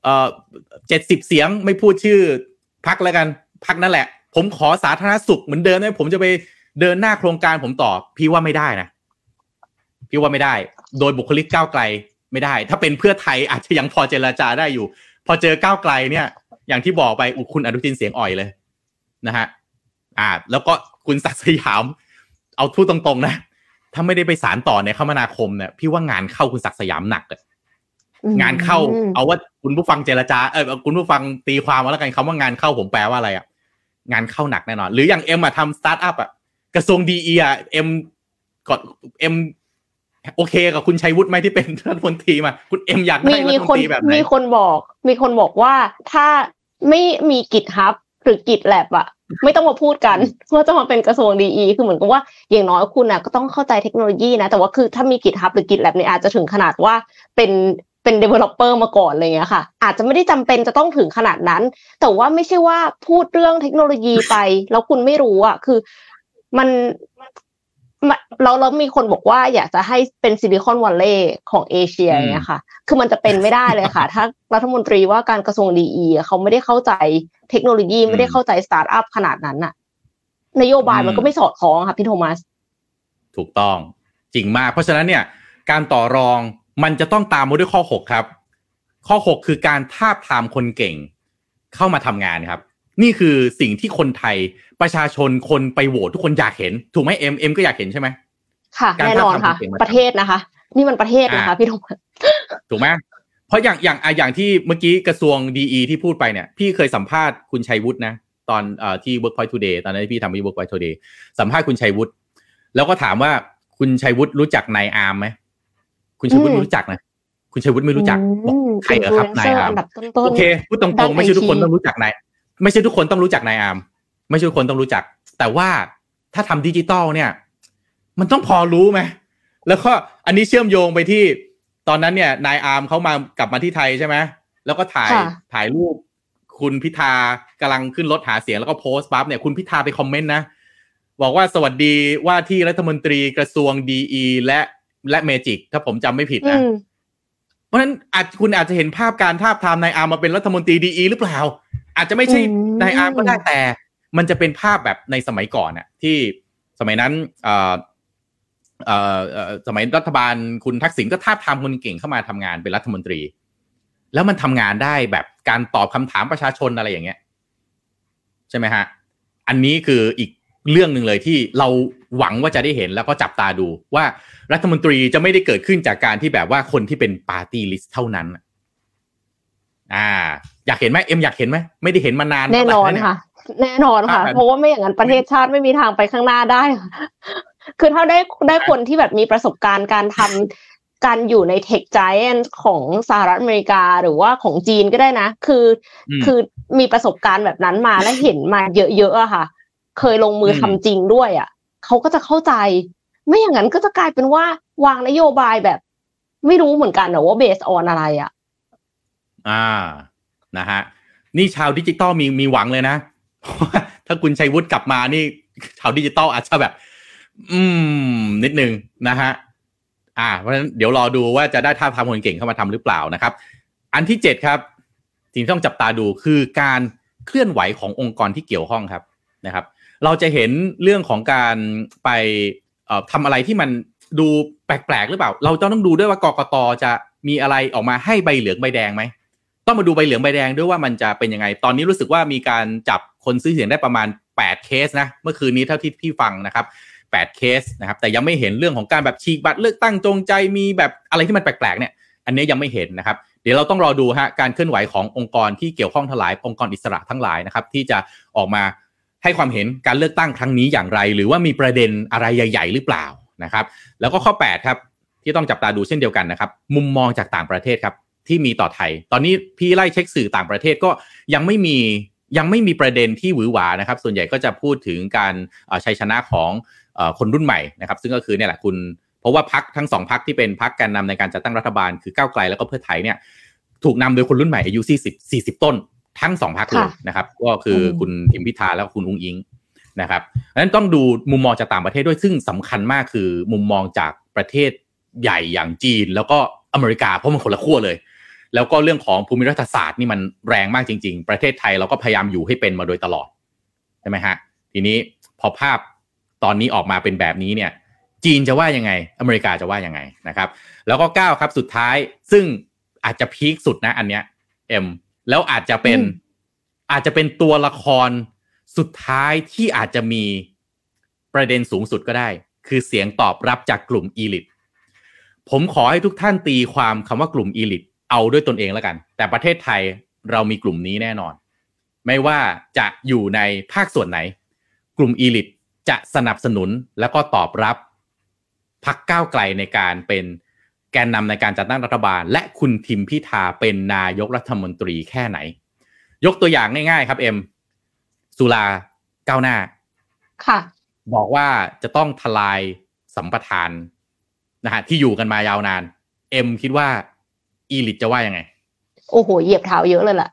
เอ่อเจ็ดสิบเสียงไม่พูดชื่อพรรคแล้วกันพรรคนั่นแหละผมขอสาธารณสุขเหมือนเดิมนะผมจะไปเดินหน้าโครงการผมต่อพี่ว่าไม่ได้นะพี่ว่าไม่ได้โดยบุคลิกก้าวไกลไม่ได้ถ้าเป็นเพื่อไทยอาจจะยังพอเจรจาได้อยู่พอเจอก้าวไกลเนี่ยอย่างที่บอกไปคุณอนุทินเสียงอ่อยเลยนะฮะอ่าแล้วก็คุณศักดิ์สยามเอาพูดตรงๆนะถ้าไม่ได้ไปสารต่อในคมนาคมเนี่ยพี่ว่างานเข้าคุณศักดิ์สยามหนักเลยงานเข้าเอาว่าคุณผู้ฟังเจรจาเออคุณผู้ฟังตีความมาแล้วกันคำว่างานเข้าผมแปลว่าอะไรอ่ะงานเข้าหนักแน่นอนหรืออย่างเอ็มอ่ะทำสตาร์ทอัพอ่ะกระทรวงดีอีอ่ะเอ็มกดเอ็มโอเคกับคุณชัยวุฒิไหมที่เป็นรัฐมนตรีมาคุณเอ็มอยากได้รัฐมนตรีแบบไหนมีคนบอกมีคนบอกว่าถ้าไม่มีกิจฮับหรือกิจแลบอ่ะไม่ต้องมาพูดกันว่าจะมาเป็นกระทรวงดีอีคือเหมือนกับว่าอย่างน้อยคุณน่ะก็ต้องเข้าใจเทคโนโลยีนะแต่ว่าคือถ้ามีกิจฮับหรือกิจแลบเนี่ยอาจจะถึงขนาดว่าเป็นเป็น developer มาก่อนอะไรเงี้ยค่ะอาจจะไม่ได้จำเป็นจะต้องถึงขนาดนั้นแต่ว่าไม่ใช่ว่าพูดเรื่องเทคโนโลยีไปแล้วคุณไม่รู้อ่ะคือมันเราแล้วมีคนบอกว่าอยากจะให้เป็นซิลิคอนวัลเลย์ของเอเชียเนี่ยค่ะคือมันจะเป็นไม่ได้เลยค่ะถ้ารัฐมนตรีว่าการกระทรวงดีอีเขาไม่ได้เข้าใจเทคโนโลยีไม่ได้เข้าใจสตาร์ทอัพขนาดนั้นน่ะนโยบายมันก็ไม่สอดคล้องค่ะพี่โทมัสถูกต้องจริงมากเพราะฉะนั้นเนี่ยการต่อรองมันจะต้องตามมาด้วยข้อหกครับข้อหกคือการทาบทามคนเก่งเข้ามาทำงานครับนี่คือสิ่งที่คนไทยประชาชนคนไปโหวตทุกคนอยากเห็นถูกไหมเอ็มเอ็มก็อยากเห็นใช่ไหมค่ะแน่นอนค่ะประเทศนะคะนี่มันประเทศนะคะพี่โทมัสถูกไหมเพราะอย่างอย่างอย่างที่เมื่อกี้กระทรวงดีอีที่พูดไปเนี่ยพี่เคยสัมภาษณ์คุณชัยวุฒินะตอนเอ่อที่ Workpoint Today ตอนนั้นที่พี่ทำที่ Workpoint Today สัมภาษณ์คุณชัยวุฒิแล้วก็ถามว่าคุณชัยวุฒิรู้จักนายอาร์มไหมคุณชัยวุฒิไม่รู้จักนะคุณชัยวุฒิไม่รู้จักบอกใครเหรอครับนายอาร์มโอเคพูดตรงๆไม่ใช่ทุกคนต้องรู้จักนายไม่ใช่ทุกคนต้องรู้จักนายอาร์มไม่ใช่ทุกคนต้องรู้จักแต่ว่าถ้าทำดิจิตอลเนี่ยมันต้องพอรู้ไหมแล้วก็อันนี้เชื่อมโยงไปที่ตอนนั้นเนี่ยนายอาร์มเขามากลับมาที่ไทยใช่ไหมแล้วก็ถ่ายถ่ายรูปคุณพิธากำลังขึ้นรถหาเสียงแล้วก็โพสต์ปั๊บเนี่ยคุณพิธาไปคอมเมนต์นะบอกว่าสวัสดีว่าที่รัฐมนตรีกระทรวงดีอีและและเมจิกถ้าผมจำไม่ผิดนะเพราะฉะนั้นอาจคุณอาจจะเห็นภาพการทาบทามนายอาร์มมาเป็นรัฐมนตรีดีอีหรือเปล่าอาจจะไม่ใช่นายอาร์มก็ได้แต่มันจะเป็นภาพแบบในสมัยก่อนน่ะที่สมัยนั้นเอ่อเอ่อสมัยรัฐบาลคุณทักษิณก็ทาบทามคนเก่งเข้ามาทำงานเป็นรัฐมนตรีแล้วมันทำงานได้แบบการตอบคำถามประชาชนอะไรอย่างเงี้ยใช่ไหมฮะอันนี้คืออีกเรื่องนึงเลยที่เราหวังว่าจะได้เห็นแล้วก็จับตาดูว่ารัฐมนตรีจะไม่ได้เกิดขึ้นจากการที่แบบว่าคนที่เป็นปาร์ตี้ลิสต์เท่านั้นอ่าอยากเห็นไหมเอ็มอยากเห็นไหมไม่ได้เห็นมานานแน่นอนค่ะแน่นอนค่ะเพราะว่าไม่อย่างนั้นประเทศชาติไม่มีทางไปข้างหน้าได้คือถ้าได้ได้คนที่แบบมีประสบการณ์การทำการอยู่ในเทคไจแอนท์ของสหรัฐอเมริกาหรือว่าของจีนก็ได้นะคือคือมีประสบการณ์แบบนั้นมาและเห็นมาเยอะๆอะค่ะเคยลงมือทำจริงด้วยอ่ะเขาก็จะเข้าใจไม่อย่างนั้นก็จะกลายเป็นว่าวางนโยบายแบบไม่รู้เหมือนกันนะว่าเบสออนอะไรอ่ะอ่านะฮะนี่ชาวดิจิตอลมีมีหวังเลยนะถ้าคุณชัยวุฒิกลับมานี่ชาวดิจิตอลอาจจะแบบอืมนิดนึงนะฮะอ่าเพราะฉะนั้นเดี๋ยวรอดูว่าจะได้ท่าทางคนเก่งเข้ามาทำหรือเปล่านะครับอันที่เจ็ดครับสิ่งที่ต้องจับตาดูคือการเคลื่อนไหวขององค์กรที่เกี่ยวข้องครับนะครับเราจะเห็นเรื่องของการไปเอ่อทำอะไรที่มันดูแปลกๆหรือเปล่าเราต้องดูด้วยว่ากกต.จะมีอะไรออกมาให้ใบเหลืองใบแดงไหมต้องมาดูใบเหลืองใบแดงด้วยว่ามันจะเป็นยังไงตอนนี้รู้สึกว่ามีการจับคนซื้อเสียงได้ประมาณแปดเคสนะเมื่อคืนนี้เท่าที่พี่ฟังนะครับแปดเคสนะครับแต่ยังไม่เห็นเรื่องของการแบบฉีกบัตรเลือกตั้งจงใจมีแบบอะไรที่มันแปลกๆเนี่ยอันนี้ยังไม่เห็นนะครับเดี๋ยวเราต้องรอดูฮะการเคลื่อนไหวขององค์กรที่เกี่ยวข้องทั้งหลายองค์กรอิสระทั้งหลายนะครับที่จะออกมาให้ความเห็นการเลือกตั้งครั้งนี้อย่างไรหรือว่ามีประเด็นอะไรใหญ่ๆหรือเปล่านะครับแล้วก็ข้อแปดครับที่ต้องจับตาดูเช่นเดียวกันนะครับมุมมองจากต่างประเทศครับที่มีต่อไทยตอนนี้พี่ไล่เช็คสื่อต่างประเทศก็ยังไม่มียังไม่มีประเด็นที่หวือหวานะครับส่วนใหญ่ก็จะพูดถึงการชัยชนะของคนรุ่นใหม่นะครับซึ่งก็คือเนี่ยแหละคุณเพราะว่าพรรคทั้งสองพรรคที่เป็นพรรคแกนนำในการจัดตั้งรัฐบาลคือก้าวไกลแล้วก็เพื่อไทยเนี่ยถูกนำโดยคนรุ่นใหม่อายุสี่สิบ สี่สิบต้นทั้งสองพรรคเลยนะครับก็คือคุณทิมพิธาแล้วก็คุณอุ๊งอิ๊งนะครับดังนั้นต้องดูมุมมองจากต่างประเทศด้วยซึ่งสำคัญมากคือมุมมองจากประเทศใหญ่อย่างจีนแล้วก็อเมริกาเพราะมันคนละขั้วเลยแล้วก็เรื่องของภูมิรัฐศาสตร์นี่มันแรงมากจริงๆประเทศไทยเราก็พยายามอยู่ให้เป็นมาโดยตลอดใช่ไหมฮะทีนี้พอภาพตอนนี้ออกมาเป็นแบบนี้เนี่ยจีนจะว่ายังไงอเมริกาจะว่ายังไงนะครับแล้วก็เก้าครับสุดท้ายซึ่งอาจจะพีคสุดนะอันเนี้ยเอ็มแล้วอาจจะเป็นอาจจะเป็นตัวละครสุดท้ายที่อาจจะมีประเด็นสูงสุดก็ได้คือเสียงตอบรับจากกลุ่มอีลิทผมขอให้ทุกท่านตีความคำว่ากลุ่มอีลิทเอาด้วยตนเองแล้วกันแต่ประเทศไทยเรามีกลุ่มนี้แน่นอนไม่ว่าจะอยู่ในภาคส่วนไหนกลุ่มอีลิทจะสนับสนุนแล้วก็ตอบรับพรรคก้าวไกลในการเป็นแกนนำในการจัดตั้งรัฐบาลและคุณทิมพิธาเป็นนายกรัฐมนตรีแค่ไหนยกตัวอย่างง่ายๆครับเอ็มสุราก้าวหน้าค่ะบอกว่าจะต้องทลายสัมปทานนะฮะที่อยู่กันมายาวนานเอ็มคิดว่าอีลิทจะว่ายังไงโอ้โหเหยียบเท้าเยอะเลยล่ะ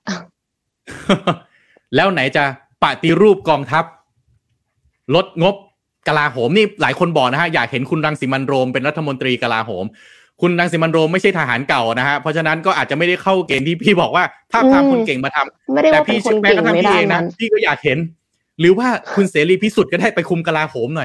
แล้วไหนจะปฏิรูปกองทัพลดงบกลาโหมนี่หลายคนบอกนะฮะอยากเห็นคุณรังสิมันต์โรมเป็นรัฐมนตรีกลาโหมคุณรังสิมันต์โรมไม่ใช่ทหารเก่านะฮะเพราะฉะนั้นก็อาจจะไม่ได้เข้าเกณฑ์ที่พี่บอกว่าถ้าทำคนเก่งมาทำแต่พี่แม้กระทั่งพี่เองนะพี่ก็อยากเห็นหรือว่าคุณเสรีพิสุทธิ์ก็ได้ไปคุมกลาโหมหน่อย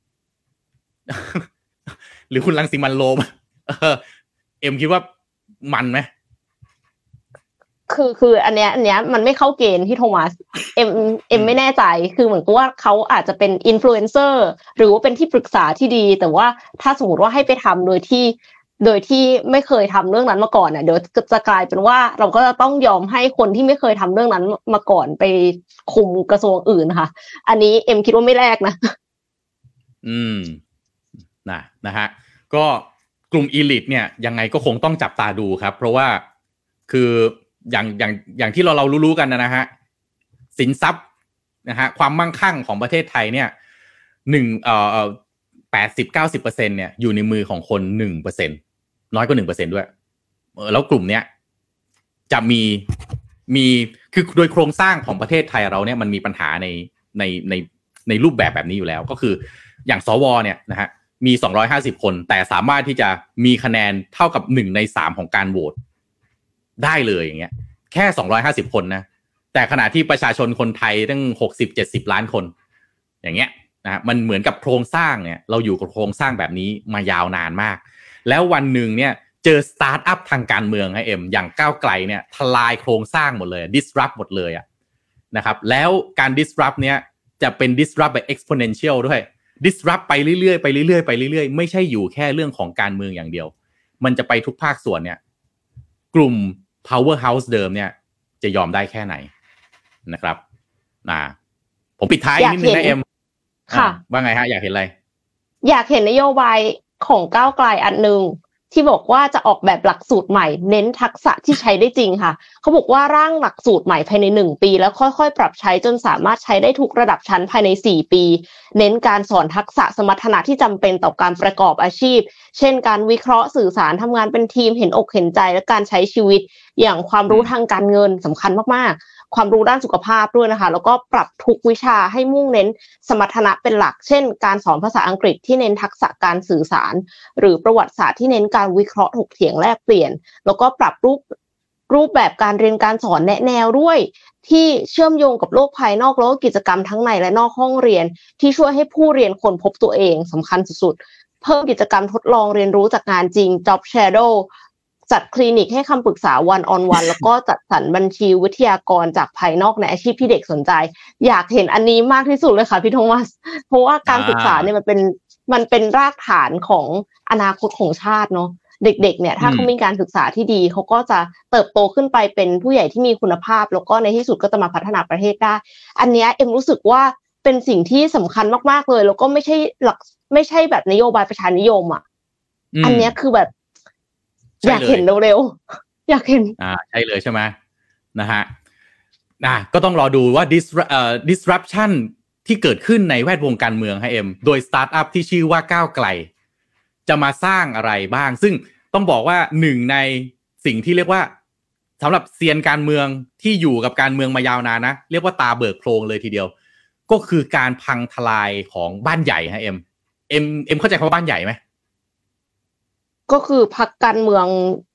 หรือคุณรังสิมันต์โรมเอ็มคิดว่ามันไหมคือคืออันเนี้ยอันเนี้ยมันไม่เข้าเกณฑ์ที่โทมัสเอ็มเอ็มไม่แน่ใจคือเหมือนกับว่าเขาอาจจะเป็นอินฟลูเอนเซอร์หรือว่าเป็นที่ปรึกษาที่ดีแต่ว่าถ้าสมมติว่าให้ไปทำโดยที่โดยที่ไม่เคยทำเรื่องนั้นมาก่อนน่ะเดี๋ยวจะกลายเป็นว่าเราก็จะต้องยอมให้คนที่ไม่เคยทำเรื่องนั้นมาก่อนไปคุมกระทรวงอื่นค่ะอันนี้เอ็มคิดว่าไม่แลกนะอืมนะนะฮะก็กลุ่มอีลิทเนี่ยยังไงก็คงต้องจับตาดูครับเพราะว่าคืออย่างอย่างอย่างที่เราเรารู้ๆกันนะฮะสินทรัพย์นะฮะความมั่งคั่งของประเทศไทยเนี่ยหนึ่งเอ่อแปดสิบ เก้าสิบเปอร์เซ็นต์เนี่ยอยู่ในมือของคน หนึ่งเปอร์เซ็นต์ น้อยกว่า หนึ่งเปอร์เซ็นต์ ด้วยเออแล้วกลุ่มเนี้ยจะมีมีคือโดยโครงสร้างของประเทศไทยเราเนี่ยมันมีปัญหาในในในในรูปแบบแบบนี้อยู่แล้วก็คืออย่างสวเนี่ยนะฮะมีสองร้อยห้าสิบคนแต่สามารถที่จะมีคะแนนเท่ากับหนึ่งในสามของการโหวตได้เลยอย่างเงี้ยแค่สองร้อยห้าสิบคนนะแต่ขณะที่ประชาชนคนไทยตั้งหกสิบ เจ็ดสิบล้านคนอย่างเงี้ยนะมันเหมือนกับโครงสร้างเนี่ยเราอยู่กับโครงสร้างแบบนี้มายาวนานมากแล้ววันหนึ่งเนี่ยเจอสตาร์ทอัพทางการเมืองให้เอ็มอย่างก้าวไกลเนี่ยทลายโครงสร้างหมดเลย disrupt หมดเลยอ่ะนะครับแล้วการ disrupt เนี้ยจะเป็น disrupt แบบ exponential ด้วย disrupt ไปเรื่อยๆไปเรื่อยๆไปเรื่อยๆไม่ใช่อยู่แค่เรื่องของการเมืองอย่างเดียวมันจะไปทุกภาคส่วนเนี่ยกลุ่ม power house เดิมเนี่ยจะยอมได้แค่ไหนนะครับอ่าผมปิดท้ายนิดนึงนะเอ็มค่ะว่าไงฮะอยากเห็นอะไรอยากเห็นนโยบายของก้าวไกลอันนึงที่บอกว่าจะออกแบบหลักสูตรใหม่เน้นทักษะที่ใช้ได้จริงค่ะเขาบอกว่าร่างหลักสูตรใหม่ภายในหนึ่งปีแล้วค่อยๆปรับใช้จนสามารถใช้ได้ทุกระดับชั้นภายในสี่ปีเน้นการสอนทักษะสมรรถนะที่จำเป็นต่อการประกอบอาชีพเช่นการวิเคราะห์สื่อสารทำงานเป็นทีมเห็นอกเห็นใจและการใช้ชีวิตอย่างความรู้ทางการเงินสำคัญมากๆความรู้ด้านสุขภาพด้วยนะคะแล้วก็ปรับทุกวิชาให้มุ่งเน้นสมรรถนะเป็นหลักเช่นการสอนภาษาอังกฤษที่เน้นทักษะการสื่อสารหรือประวัติศาสตร์ที่เน้นการวิเคราะห์ถกเถียงแลกเปลี่ยนแล้วก็ปรับรูปรูปแบบการเรียนการสอนแนะแนวด้วยที่เชื่อมโยงกับโลกภายนอกแล้วก็กิจกรรมทั้งในและนอกห้องเรียนที่ช่วยให้ผู้เรียนค้นพบตัวเองสำคัญสุดๆเพิ่มกิจกรรมทดลองเรียนรู้จากงานจริง Job Shadowจัดคลินิกให้คำปรึกษา one on one แล้วก็จัดสรรบัญชีวิทยากรจากภายนอกในอาชีพที่เด็กสนใจอยากเห็นอันนี้มากที่สุดเลยค่ะพี่โทมัสเพราะว่าการศึกษาเนี่ยมันเป็นมันเป็นรากฐานของอนาคตของชาติเนาะเด็กๆเนี่ยถ้าเขามีการศึกษาที่ดีเขาก็จะเติบโตขึ้นไปเป็นผู้ใหญ่ที่มีคุณภาพแล้วก็ในที่สุดก็จะมาพัฒนาประเทศได้อันนี้เอ็มรู้สึกว่าเป็นสิ่งที่สำคัญมากๆเลยแล้วก็ไม่ใช่หลักไม่ใช่แบบนโยบายประชานิยมอ่ะอันนี้คือแบบอยากเห็นเร็วๆอยากเห็นอ่าใช่เลยใช่ไหมนะฮะอ่ะก็ต้องรอดูว่า dis เอ่อ disruption ที่เกิดขึ้นในแวดวงการเมืองให้เอ็มโดยสตาร์ทอัพที่ชื่อว่าก้าวไกลจะมาสร้างอะไรบ้างซึ่งต้องบอกว่าหนึ่งในสิ่งที่เรียกว่าสำหรับเซียนการเมืองที่อยู่กับการเมืองมายาวนานนะเรียกว่าตาเบิกโพรงเลยทีเดียวก็คือการพังทลายของบ้านใหญ่ฮะเอ็มเอ็มเอ็มเข้าใจคำว่าบ้านใหญ่ไหมก็คือพรรคการเมือง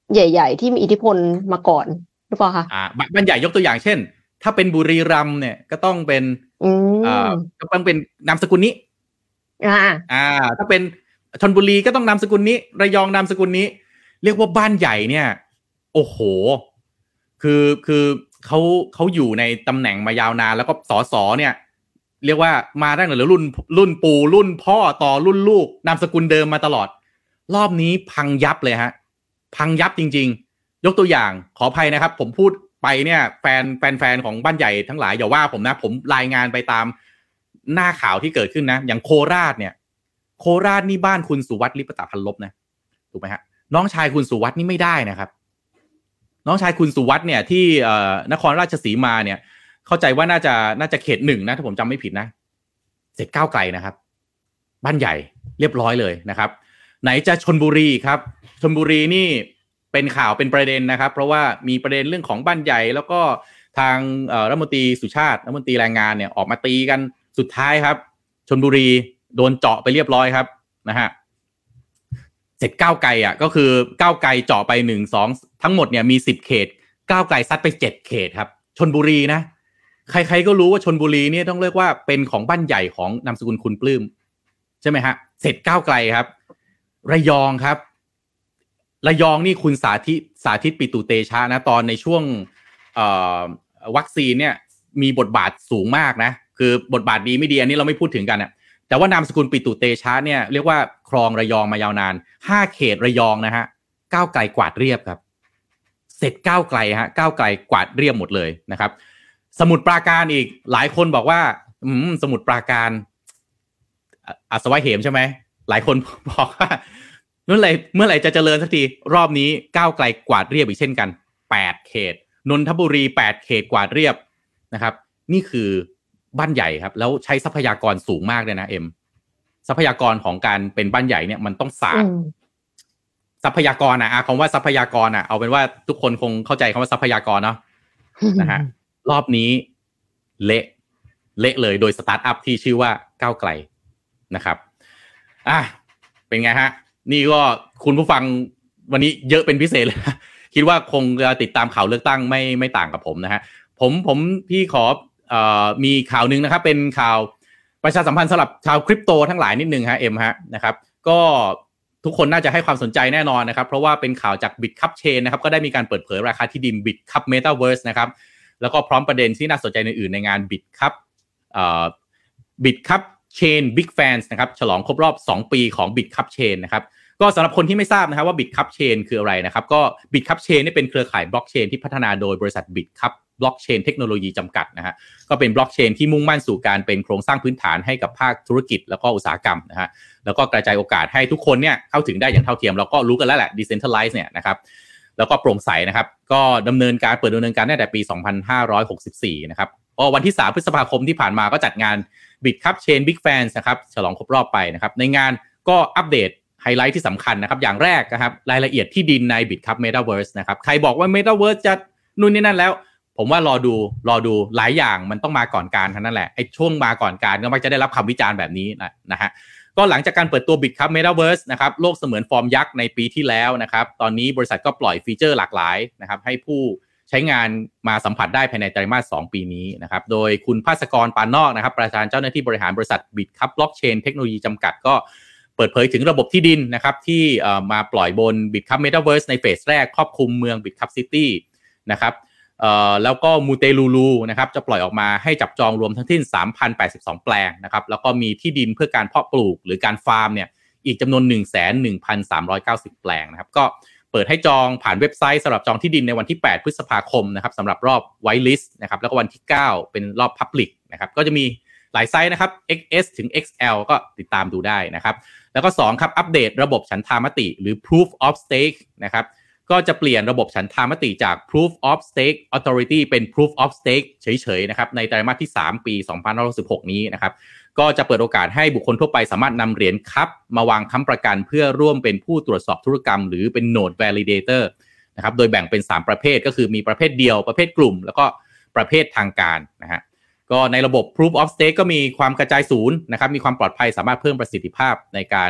ใหญ่ๆที่มีอิทธิพลมาก่อนหรือเปล่าคะอ่าบ้านใหญ่ยกตัวอย่างเช่นถ้าเป็นบุรีรัมย์เนี่ยก็ต้องเป็นอ่าก็ต้องเป็นนามสกุลนี้อ่าอ่าถ้าเป็นชลบุรีก็ต้องนามสกุลนี้ระยองนามสกุลนี้เรียกว่าบ้านใหญ่เนี่ยโอ้โหคือคือเขาเขาอยู่ในตำแหน่งมายาวนานแล้วก็สสเนี่ยเรียกว่ามาตั้งแต่รุ่นรุ่นปู่รุ่นพ่อต่อรุ่นลูกนามสกุลเดิมมาตลอดรอบนี้พังยับเลยฮะพังยับจริงๆยกตัวอย่างขออภัยนะครับผมพูดไปเนี่ยแฟนแฟนแฟนของบ้านใหญ่ทั้งหลายอย่าว่าผมนะผมรายงานไปตามหน้าข่าวที่เกิดขึ้นนะอย่างโคราชเนี่ยโคราชนี่บ้านคุณสุวัฒน์ลิปตะพันลบนะถูกไหมฮะน้องชายคุณสุวัฒน์นี่ไม่ได้นะครับน้องชายคุณสุวัฒน์เนี่ยที่เอ่อนครราชสีมาเนี่ยเข้าใจว่าน่าจะน่าจะเขตหนึ่งนะถ้าผมจำไม่ผิดนะเสร็จก้าวไกลนะครับบ้านใหญ่เรียบร้อยเลยนะครับไหนจะชลบุรีครับชลบุรีนี่เป็นข่าวเป็นประเด็นนะครับเพราะว่ามีประเด็นเรื่องของบ้านใหญ่แล้วก็ทางรัฐมนตรีสุชาติรัฐมนตรีแรงงานเนี่ยออกมาตีกันสุดท้ายครับชลบุรีโดนเจาะไปเรียบร้อยครับนะฮะเสร็จก้าวไกลอ่ะก็คือก้าวไกลเจาะไปหนึ่ง สองทั้งหมดเนี่ยมีสิบเขตก้าวไกลซัดไปเจ็ดเขตครับชลบุรีนะใครๆก็รู้ว่าชลบุรีเนี่ยต้องเรียกว่าเป็นของบ้านใหญ่ของนามสกุลคุณปลื้มใช่ไหมฮะเสร็จก้าวไกลครับระยองครับระยองนี่คุณสาธิตสาธิตปิตุเตชะนะตอนในช่วงวัคซีนเนี่ยมีบทบาทสูงมากนะคือบทบาทดีไม่ดีอันนี้เราไม่พูดถึงกันอ่ะแต่ว่านามสกุลปิตุเตชะเนี่ยเรียกว่าครองระยองมายาวนานห้าเขตระยองนะฮะก้าวไกลกวาดเรียบครับเสร็จก้าวไกลฮะก้าวไกลกวาดเรียบหมดเลยนะครับสมุทรปราการอีกหลายคนบอกว่าอืมสมุทรปราการอัศวะเหมใช่ไหมหลายคนบอกว่าเมื่อไหร่เมื่อไหร่จะเจริญสักทีรอบนี้ก้าวไกลกวาดเรียบอีกเช่นกันแปดเขตนนทบุรีแปดเขตกวาดเรียบนะครับนี่คือบ้านใหญ่ครับแล้วใช้ทรัพยากรสูงมากเลยนะเอ็มทรัพยากรของการเป็นบ้านใหญ่เนี่ยมันต้องสาดทรัพยากรนะคำว่าทรัพยากรอ่ะเอาเป็นว่าทุกคนคงเข้าใจคำว่าทรัพยากรเนาะนะฮะรอบนี้เละเละเลยโดยสตาร์ทอัพที่ชื่อว่าก้าวไกลนะครับอ่ะเป็นไงฮะนี่ก็คุณผู้ฟังวันนี้เยอะเป็นพิเศษเลยคิดว่าคงจะติดตามข่าวเลือกตั้งไม่ไม่ต่างกับผมนะฮะผมผมพี่ขอเอ่อมีข่าวนึงนะครับเป็นข่าวประชาสัมพันธ์สำหรับชาวคริปโตทั้งหลายนิดนึงฮะเอ็มฮะนะครับก็ทุกคนน่าจะให้ความสนใจแน่นอนนะครับเพราะว่าเป็นข่าวจาก Bitcup Chain นะครับก็ได้มีการเปิดเผยราคาที่ดิน Bitcup Metaverse นะครับแล้วก็พร้อมประเด็นที่น่าสนใจอื่นๆในงาน Bitcup เอ่อ Bitcup Chain Big Fans นะครับฉลองครบรอบสองปีของ Bitcup Chain นะครับก็สำหรับคนที่ไม่ทราบนะครับว่า Bitcup Chain คืออะไรนะครับก็ Bitcup Chain นี่เป็นเครือข่ายบล็อกเชนที่พัฒนาโดยบริษัท Bitcup บล็อกเชนเทคโนโลยีจำกัดนะฮะก็เป็นบล็อกเชนที่มุ่งมั่นสู่การเป็นโครงสร้างพื้นฐานให้กับภาคธุรกิจแล้วก็อุตสาหกรรมนะฮะแล้วก็กระจายโอกาสให้ทุกคนเนี่ยเข้าถึงได้อย่างเท่าเทียมเราก็รู้กันแล้วแหละ Decentralize เนี่ยนะครับแล้วก็โปร่งใสนะครับก็ดำเนินการเปิดดำเนินการตั้งแต่ปีสองพันห้าร้อยหกสิบสี่นะครับก็วันที่สามพฤษภาคมที่ผ่านมาก็จัดงาน Bitcup Chain Big Fans นะครับฉลองครบรอบไปนะครับในงานก็อัปเดตไฮไลท์ที่สำคัญนะครับอย่างแรกนะครับรายละเอียดที่ดินใน Bitcup Metaverse นะครับใครบอกว่า Metaverse จะนู่นนี่นั่นแล้วผมว่ารอดูรอดูหลายอย่างมันต้องมาก่อนการเท่านั้นแหละไอ้ช่วงมาก่อนการก็มักจะได้รับคำวิจารณ์แบบนี้นะนะฮะก็หลังจากการเปิดตัว Bitcup Metaverse นะครับโลกเสมือนฟอร์มยักษ์ในปีที่แล้วนะครับตอนนี้บริษัทก็ปล่อยฟีเจอร์หลากหลายนะครับให้ผู้ใช้งานมาสัมผัสได้ภายในไตรมาสสองปีนี้นะครับโดยคุณภาสกรปานนอกนะครับประธานเจ้าหน้าที่บริหารบริษัท Bitcup Blockchain เทคโนโลยีจำกัดก็เปิดเผยถึงระบบที่ดินนะครับที่มาปล่อยบน Bitcup Metaverse ในเฟสแรกครอบคลุมเมือง Bitcup City นะครับเอ่อแล้วก็มูเตลูลูนะครับจะปล่อยออกมาให้จับจองรวมทั้งสิ้น สามพันแปดสิบสอง แปลงนะครับแล้วก็มีที่ดินเพื่อการเพาะปลูกหรือการฟาร์มเนี่ยอีกจำนวน หนึ่งแสนหนึ่งพันสามร้อยเก้าสิบ แปลงนะครับก็เปิดให้จองผ่านเว็บไซต์สำหรับจองที่ดินในวันที่แปดพฤษภาคมนะครับสำหรับรอบ White List นะครับแล้วก็วันที่เก้าเป็นรอบ Public นะครับก็จะมีหลายไซส์นะครับ เอ็กซ์ เอส ถึง เอ็กซ์ แอล ก็ติดตามดูได้นะครับแล้วก็สองครับอัปเดตระบบฉันทามติหรือ Proof of Stake นะครับก็จะเปลี่ยนระบบฉันทามติจาก Proof of Stake Authority เป็น Proof of Stake เฉยๆนะครับในไตรมาสที่สามปีสองพันห้าร้อยสิบหกนี้นะครับก็จะเปิดโอกาสให้บุคคลทั่วไปสามารถนำเหรียญคัพมาวางค้ำประกันเพื่อร่วมเป็นผู้ตรวจสอบธุรกรรมหรือเป็น Node Validator นะครับโดยแบ่งเป็นสามประเภทก็คือมีประเภทเดียวประเภทกลุ่มแล้วก็ประเภททางการนะฮะก็ในระบบ Proof of Stake ก็มีความกระจายศูนย์นะครับมีความปลอดภัยสามารถเพิ่มประสิทธิภาพในการ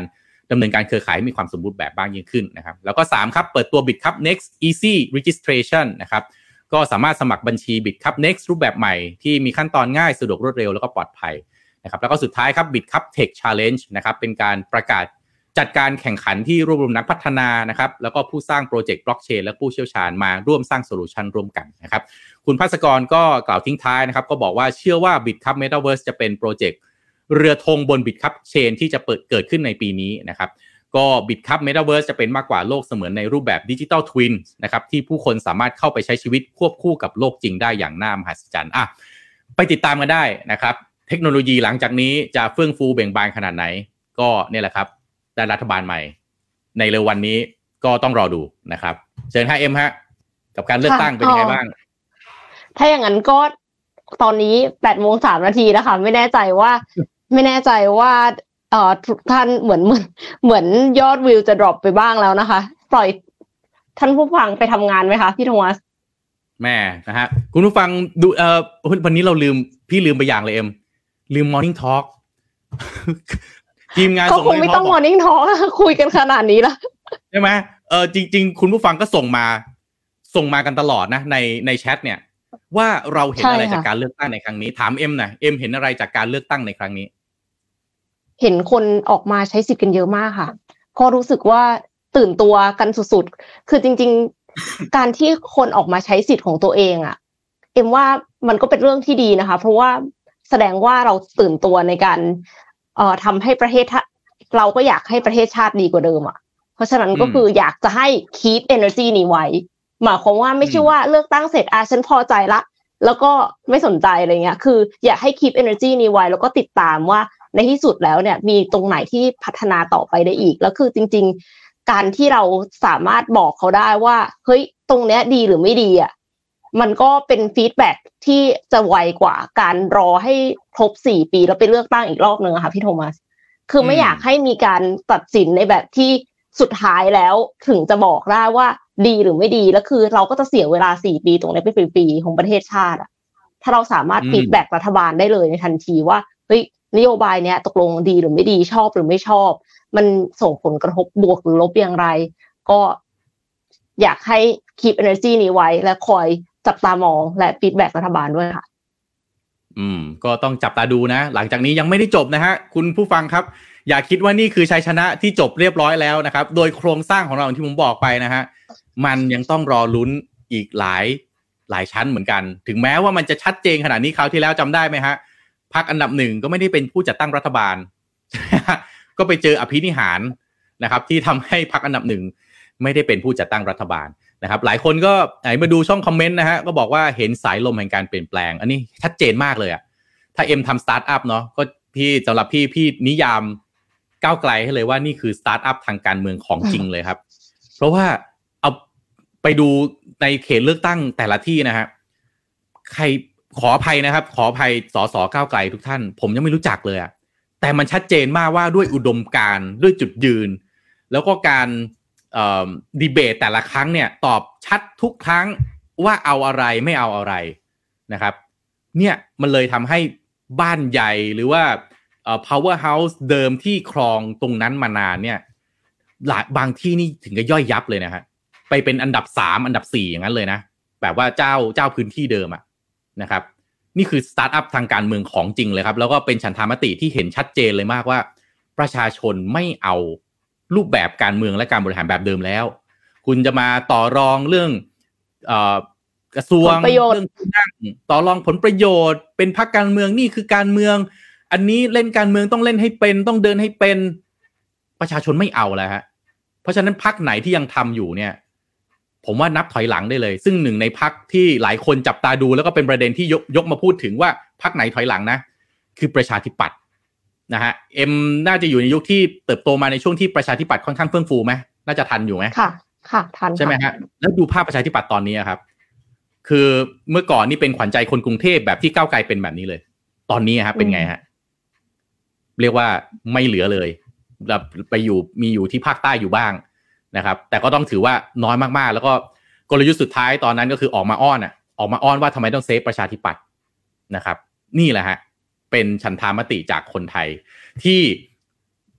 ดำเนินการเครือข่ายให้มีความสมบูรณ์แบบบ้างยิ่งขึ้นนะครับแล้วก็สามครับเปิดตัว BitCup Next Easy Registration นะครับก็สามารถสมัครบัญชี BitCup Next รูปแบบใหม่ที่มีขั้นตอนง่ายสะดวกรวดเร็วแล้วก็ปลอดภัยนะครับแล้วก็สุดท้ายครับ BitCup Tech Challenge นะครับเป็นการประกาศจัดการแข่งขันที่รวบรวมนักพัฒนานะครับแล้วก็ผู้สร้างโปรเจกต์บล็อกเชนและผู้เชี่ยวชาญมาร่วมสร้างโซลูชันร่วมกันนะครับคุณภาสกรก็กล่าวทิ้งท้ายนะครับก็บอกว่าเชื่อว่า BitCup Metaverse จะเป็นโปรเจกต์เรือธงบน BitCup Chain ที่จะเปิดเกิดขึ้นในปีนี้นะครับก็ BitCup Metaverse จะเป็นมากกว่าโลกเสมือนในรูปแบบ Digital Twin นะครับที่ผู้คนสามารถเข้าไปใช้ชีวิตควบคู่กับโลกจริงได้อย่างน่ามหัศจรรย์อ่ะไปติดตามกันได้นะครับเทคโนโลยีหลังจากนี้จะเฟื่องฟูเบ่งบานขนาดไหนก็เนี่ยแหละครับได้รัฐบาลใหม่ในเร็ววันนี้ก็ต้องรอดูนะครับเชิญ ห้าเอ็ม ฮะกับการเลือกตั้งเป็นยังไงบ้างถ้าอย่างนั้นก็ตอนนี้ แปดโมงสามนาทีแล้วค่ะไม่แน่ใจว่าไม่แน่ใจว่าเอ่อทุกท่านเหมือนเหมือนเหมือนยอดวิวจะดรอปไปบ้างแล้วนะคะปล่อยท่านผู้ฟังไปทำงานไหมคะพี่โทมัสแม่นะฮะคุณผู้ฟังดูเอ่อวันนี้เราลืมพี่ลืมไปอย่างเลยเอ็มลืม Morning Talk ทีมงานส่งก็คงไม่ต้อง Morning Talk คุยกันขนาดนี้ละใช่ไหมเออจริงๆคุณผู้ฟังก็ส่งมาส่งมากันตลอดนะในในแชทเนี่ยว่าเราเห็นอะไรจากการเลือกตั้งในครั้งนี้ถามเอ็มหน่อยเอ็มเห็นอะไรจากการเลือกตั้งในครั้งนี้เห็นคนออกมาใช้สิทธิ์กันเยอะมากค่ะก็รู้สึกว่าตื่นตัวกันสุดๆคือจริงๆ การที่คนออกมาใช้สิทธิ์ของตัวเองอ่ะเอ็มว่ามันก็เป็นเรื่องที่ดีนะคะเพราะว่าแสดงว่าเราตื่นตัวในการเอ่อทำให้ประเทศเราก็อยากให้ประเทศชาติดีกว่าเดิมอ่ะเพราะฉะนั้นก็คืออยากจะให้ keep energy นี้ไว้หมายความว่าไม่ใช่ว่าเลือกตั้งเสร็จอ่ะฉันพอใจละแล้วก็ไม่สนใจอะไรเงี้ยคืออยากให้ keep energy นี้ไว้แล้วก็ติดตามว่าในที่สุดแล้วเนี่ยมีตรงไหนที่พัฒนาต่อไปได้อีกแล้วคือจริงๆการที่เราสามารถบอกเขาได้ว่าเฮ้ยตรงเนี้ยดีหรือไม่ดีอ่ะมันก็เป็นฟีดแบ็กที่จะไวกว่าการรอให้ครบสี่ปีแล้วไปเลือกตั้งอีกรอบนึงอะค่ะพี่โทมัสคือไม่อยากให้มีการตัดสินในแบบที่สุดท้ายแล้วถึงจะบอกได้ว่าดีหรือไม่ดีแล้วคือเราก็จะเสียเวลาสี่ปีตรงนี้ไปฟรีๆของประเทศชาติอ่ะถ้าเราสามารถฟีดแบ็กรัฐบาลได้เลยในทันทีว่าเฮ้ยนโยบายเนี้ยตกลงดีหรือไม่ดีชอบหรือไม่ชอบมันส่งผลกระทบบวกหรือลบอย่างไรก็อยากให้ keep energy นี้ไว้และคอยจับตามองและฟีดแบ็กรัฐบาลด้วยค่ะอืมก็ต้องจับตาดูนะหลังจากนี้ยังไม่ได้จบนะฮะคุณผู้ฟังครับอย่าคิดว่านี่คือชัยชนะที่จบเรียบร้อยแล้วนะครับโดยโครงสร้างของเราที่ผมบอกไปนะฮะมันยังต้องรอลุ้นอีกหลายหลายชั้นเหมือนกันถึงแม้ว่ามันจะชัดเจนขนาดนี้คราวที่แล้วจำได้ไหมฮะพรรคอันดับหนึ่งก็ไม่ได้เป็นผู้จัดตั้งรัฐบาล ก็ไปเจออภินิหารนะครับที่ทำให้พรรคอันดับหนึ่งไม่ได้เป็นผู้จัดตั้งรัฐบาลนะครับหลายคนก็ไหนมาดูช่องคอมเมนต์นะฮะก็บอกว่าเห็นสายลมแห่งการเปลี่ยนแปลงอันนี้ชัดเจนมากเลยอะถ้าเอ็มทำสตาร์ทอัพเนาะก็พี่สำหรับพี่พี่นิยามก้าวไกลให้เลยว่านี่คือสตาร์ทอัพทางการเมืองของจริงเลยครับเพราะว่าเอาไปดูในเขตเลือกตั้งแต่ละที่นะฮะใครขออภัยนะครับขออภัยสสก้าวไกลทุกท่านผมยังไม่รู้จักเลยอะแต่มันชัดเจนมากว่าด้วยอุดมการณ์ด้วยจุดยืนแล้วก็การเอ่อดีเบตแต่ละครั้งเนี่ยตอบชัดทุกครั้งว่าเอาอะไรไม่เอาอะไรนะครับเนี่ยมันเลยทำให้บ้านใหญ่หรือว่าเอ่อ power house เดิมที่ครองตรงนั้นมานานเนี่ยหลายบางที่นี่ถึงกับย่อยยับเลยนะฮะไปเป็นอันดับสามอันดับสี่อย่างนั้นเลยนะแบบว่าเจ้าเจ้าพื้นที่เดิมอะนะครับนี่คือสตาร์ทอัพทางการเมืองของจริงเลยครับแล้วก็เป็นฉันทามติที่เห็นชัดเจนเลยมากว่าประชาชนไม่เอารูปแบบการเมืองและการบริหารแบบเดิมแล้วคุณจะมาต่อรองเรื่องเอ่อกระทรวงเรื่องนั่งต่อรองผลประโยชน์เป็นพรรคการเมืองนี่คือการเมืองอันนี้เล่นการเมืองต้องเล่นให้เป็นต้องเดินให้เป็นประชาชนไม่เอาแล้วฮะเพราะฉะนั้นพรรคไหนที่ยังทำอยู่เนี่ยผมว่านับถอยหลังได้เลยซึ่งหนึ่งในพรรคที่หลายคนจับตาดูแล้วก็เป็นประเด็นที่ยกยกมาพูดถึงว่าพรรคไหนถอยหลังนะคือประชาธิปัตย์นะฮะเอ็มน่าจะอยู่ในยุคที่เติบโตมาในช่วงที่ประชาธิปัตย์ค่อนข้างเฟื่องฟูไหมน่าจะทันอยู่ไหมค่ะค่ะทันใช่ไหมฮะแล้วดูภาพประชาธิปัตย์ตอนนี้ครับคือเมื่อก่อนนี่เป็นขวัญใจคนกรุงเทพแบบที่ก้าวไกลเป็นแบบนี้เลยตอนนี้ฮะเป็นไงฮะเรียกว่าไม่เหลือเลยไปอยู่มีอยู่ที่ภาคใต้อยู่บ้างนะครับแต่ก็ต้องถือว่าน้อยมากๆแล้วก็กลยุทธ์สุดท้ายตอนนั้นก็คือออกมาอ้อนอ่ะออกมาอ้อนว่าทำไมต้องเซฟประชาธิปัตย์นะครับนี่แหละฮะเป็นฉันทามติจากคนไทยที่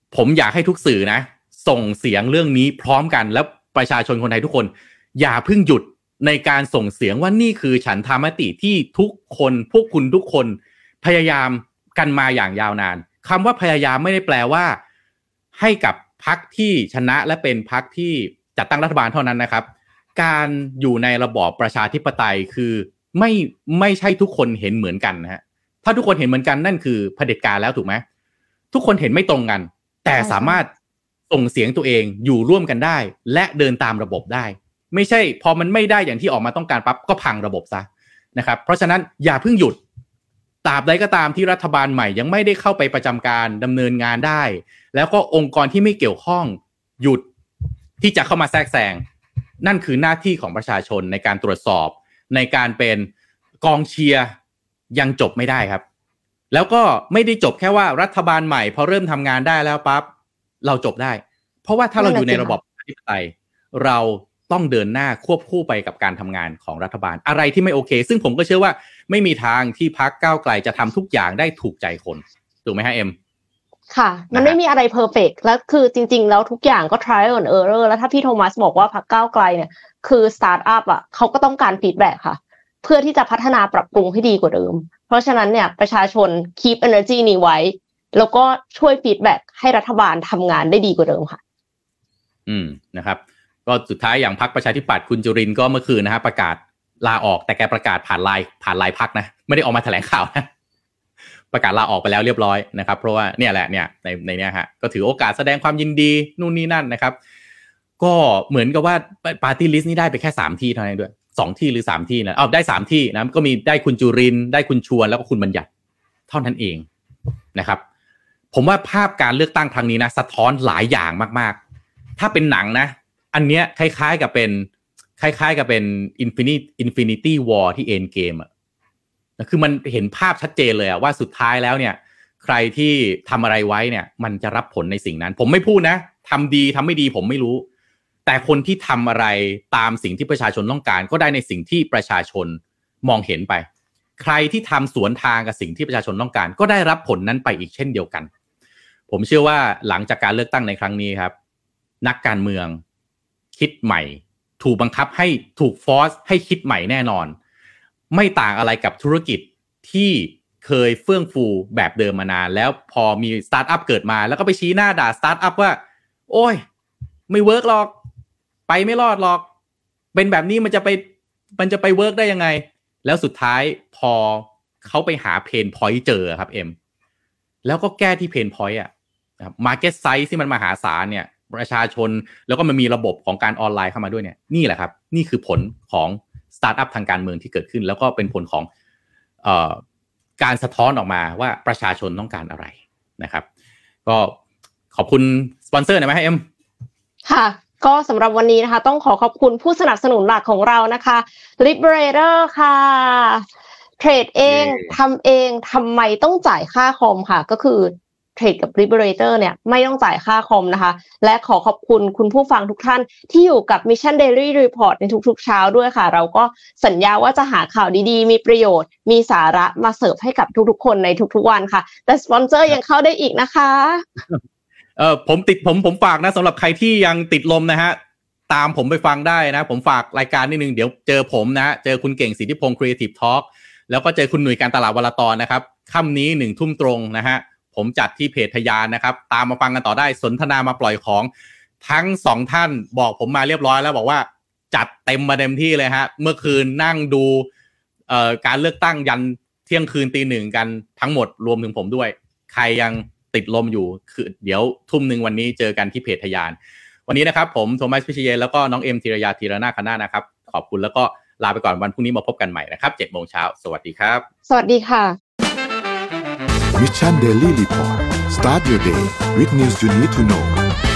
ผมอยากให้ทุกสื่อนะส่งเสียงเรื่องนี้พร้อมกันแล้วประชาชนคนไทยทุกคนอย่าเพิ่งหยุดในการส่งเสียงว่านี่คือฉันทามติที่ทุกคนพวกคุณทุกคนพยายามกันมาอย่างยาวนานคำว่าพยายามไม่ได้แปลว่าให้กับพรรคที่ชนะและเป็นพรรคที่จัดตั้งรัฐบาลเท่านั้นนะครับการอยู่ในระบอบประชาธิปไตยคือไม่ไม่ใช่ทุกคนเห็นเหมือนกันนะฮะถ้าทุกคนเห็นเหมือนกันนั่นคือเผด็จการแล้วถูกไหมทุกคนเห็นไม่ตรงกันแต่สามารถส่งเสียงตัวเองอยู่ร่วมกันได้และเดินตามระบบได้ไม่ใช่พอมันไม่ได้อย่างที่ออกมาต้องการปั๊บก็พังระบบซะนะครับเพราะฉะนั้นอย่าเพิ่งหยุดตราบใดก็ตามที่รัฐบาลใหม่ยังไม่ได้เข้าไปประจำการดำเนินงานได้แล้วก็องค์กรที่ไม่เกี่ยวข้องหยุดที่จะเข้ามาแทรกแซงนั่นคือหน้าที่ของประชาชนในการตรวจสอบในการเป็นกองเชียร์ยังจบไม่ได้ครับแล้วก็ไม่ได้จบแค่ว่ารัฐบาลใหม่พอเริ่มทำงานได้แล้วปั๊บเราจบได้เพราะว่าถ้าเราอยู่ในระบอบประชาธิปไตยเราต้องเดินหน้าควบคู่ไปกับการทำงานของรัฐบาลอะไรที่ไม่โอเคซึ่งผมก็เชื่อว่าไม่มีทางที่พรรคก้าวไกลจะทำทุกอย่างได้ถูกใจคนถูกไหมฮะเอ็มค่ะมันไม่มีอะไรเพอร์เฟกต์แล้วคือจริงๆแล้วทุกอย่างก็ trial and error แล้วถ้าพี่โทมัสบอกว่าพรรคก้าวไกลเนี่ยคือสตาร์ทอัพอ่ะเขาก็ต้องการฟีดแบ็กค่ะเพื่อที่จะพัฒนาปรับปรุงให้ดีกว่าเดิมเพราะฉะนั้นเนี่ยประชาชน keep energy นี้ไว้แล้วก็ช่วยฟีดแบ็กให้รัฐบาลทำงานได้ดีกว่าเดิมค่ะอืมนะครับก็สุดท้ายอย่างพรรคประชาธิปัตย์คุณจุรินทร์ก็เมื่อคืนนะฮะประกาศลาออกแต่แกประกาศผ่านไลน์ผ่านไลน์พรรคนะไม่ได้ออกมาแถลงข่าวนะประกาศลาออกไปแล้วเรียบร้อยนะครับเพราะว่าเนี่ยแหละเนี่ยในในเนี้ยฮะก็ถือโอกาสแสดงความยินดีนู่นนี่นั่นนะครับก็เหมือนกับว่าปาร์ตี้ลิสต์นี่ได้ไปแค่สามที่เท่านั้นด้วยสองที่หรือสามที่นะอ้าวได้สามที่นะก็มีได้คุณจุรินทร์ได้คุณชวนแล้วก็คุณบัญญัติเท่านั้นเองนะครับผมว่าภาพการเลือกตั้งครั้งนี้นะสะท้อนหลายอย่างมากๆถ้าเป็นหนังนะอันเนี้ยคล้ายๆกับเป็นคล้ายๆกับเป็น Infinity Infinity War ที่ End Game อ่ะคือมันเห็นภาพชัดเจนเลยอะว่าสุดท้ายแล้วเนี่ยใครที่ทำอะไรไว้เนี่ยมันจะรับผลในสิ่งนั้นผมไม่พูดนะทำดีทำไม่ดีผมไม่รู้แต่คนที่ทำอะไรตามสิ่งที่ประชาชนต้องการก็ได้ในสิ่งที่ประชาชนมองเห็นไปใครที่ทำสวนทางกับสิ่งที่ประชาชนต้องการก็ได้รับผลนั้นไปอีกเช่นเดียวกันผมเชื่อว่าหลังจากการเลือกตั้งในครั้งนี้ครับนักการเมืองคิดใหม่ถูกบังคับให้ถูกฟอร์สให้คิดใหม่แน่นอนไม่ต่างอะไรกับธุรกิจที่เคยเฟื่องฟูแบบเดิมมานานแล้วพอมีสตาร์ทอัพเกิดมาแล้วก็ไปชี้หน้าด่าสตาร์ทอัพว่าโอ้ยไม่เวิร์กหรอกไปไม่รอดหรอกเป็นแบบนี้มันจะไปมันจะไปเวิร์กได้ยังไงแล้วสุดท้ายพอเขาไปหาเพนพอยต์เจอครับเอ็มแล้วก็แก้ที่เพนพอยต์อ่ะนะครับมาร์เก็ตไซส์ที่มันมหาศาลเนี่ยประชาชนแล้วก็มันมีระบบของการออนไลน์เข้ามาด้วยเนี่ยนี่แหละครับนี่คือผลของสตาร์ทอัพทางการเมืองที่เกิดขึ้นแล้วก็เป็นผลของเอ่อการสะท้อนออกมาว่าประชาชนต้องการอะไรนะครับก็ขอบคุณสปอนเซอร์หน่อยไหมเอ็มค่ะก็สำหรับวันนี้นะคะต้องขอขอบคุณผู้สนับสนุนหลักของเรานะคะ Liberator ค่ะเทรดเองทำเองทำไมต้องจ่ายค่าคอมค่ะก็คือเทรดกับ Liberator เนี่ยไม่ต้องจ่ายค่าคอมนะคะและขอขอบคุณคุณผู้ฟังทุกท่านที่อยู่กับ Mission Daily Report ในทุกๆเช้าด้วยค่ะเราก็สัญญาว่าจะหาข่าวดีๆมีประโยชน์มีสาระมาเสิร์ฟให้กับทุกๆคนในทุกๆวันค่ะแต่สปอนเซอร์ยังเข้าได้อีกนะคะเออผมติดผมผมฝากนะสำหรับใครที่ยังติดลมนะฮะตามผมไปฟังได้นะผมฝากรายการนิดนึงเดี๋ยวเจอผมนะเจอคุณเก่งสิทธิพงศ์ Creative Talk แล้วก็เจอคุณหนุ่ยการตลาดวรตอนนะครับค่ำนี้หนึ่งทุ่มตรงนะฮะผมจัดที่เพจทยานนะครับตามมาฟังกันต่อได้สนทนามาปล่อยของทั้งสองท่านบอกผมมาเรียบร้อยแล้วบอกว่าจัดเต็มมาเต็มที่เลยฮะเมื่อคืนนั่งดูเอ่อการเลือกตั้งยันเที่ยงคืนตีหนึ่งกันทั้งหมดรวมถึงผมด้วยใครยังติดลมอยู่คือเดี๋ยวทุ่มนึงวันนี้เจอกันที่เพจทยานวันนี้นะครับผมโทมัสพิชเยแล้วก็น้องเอ็มธีรยาธีรนาคณะนะครับขอบคุณแล้วก็ลาไปก่อนวันพรุ่งนี้มาพบกันใหม่นะครับ เจ็ดโมง น.สวัสดีครับสวัสดีค่ะ Mission Daily Report Start your day with news you need to know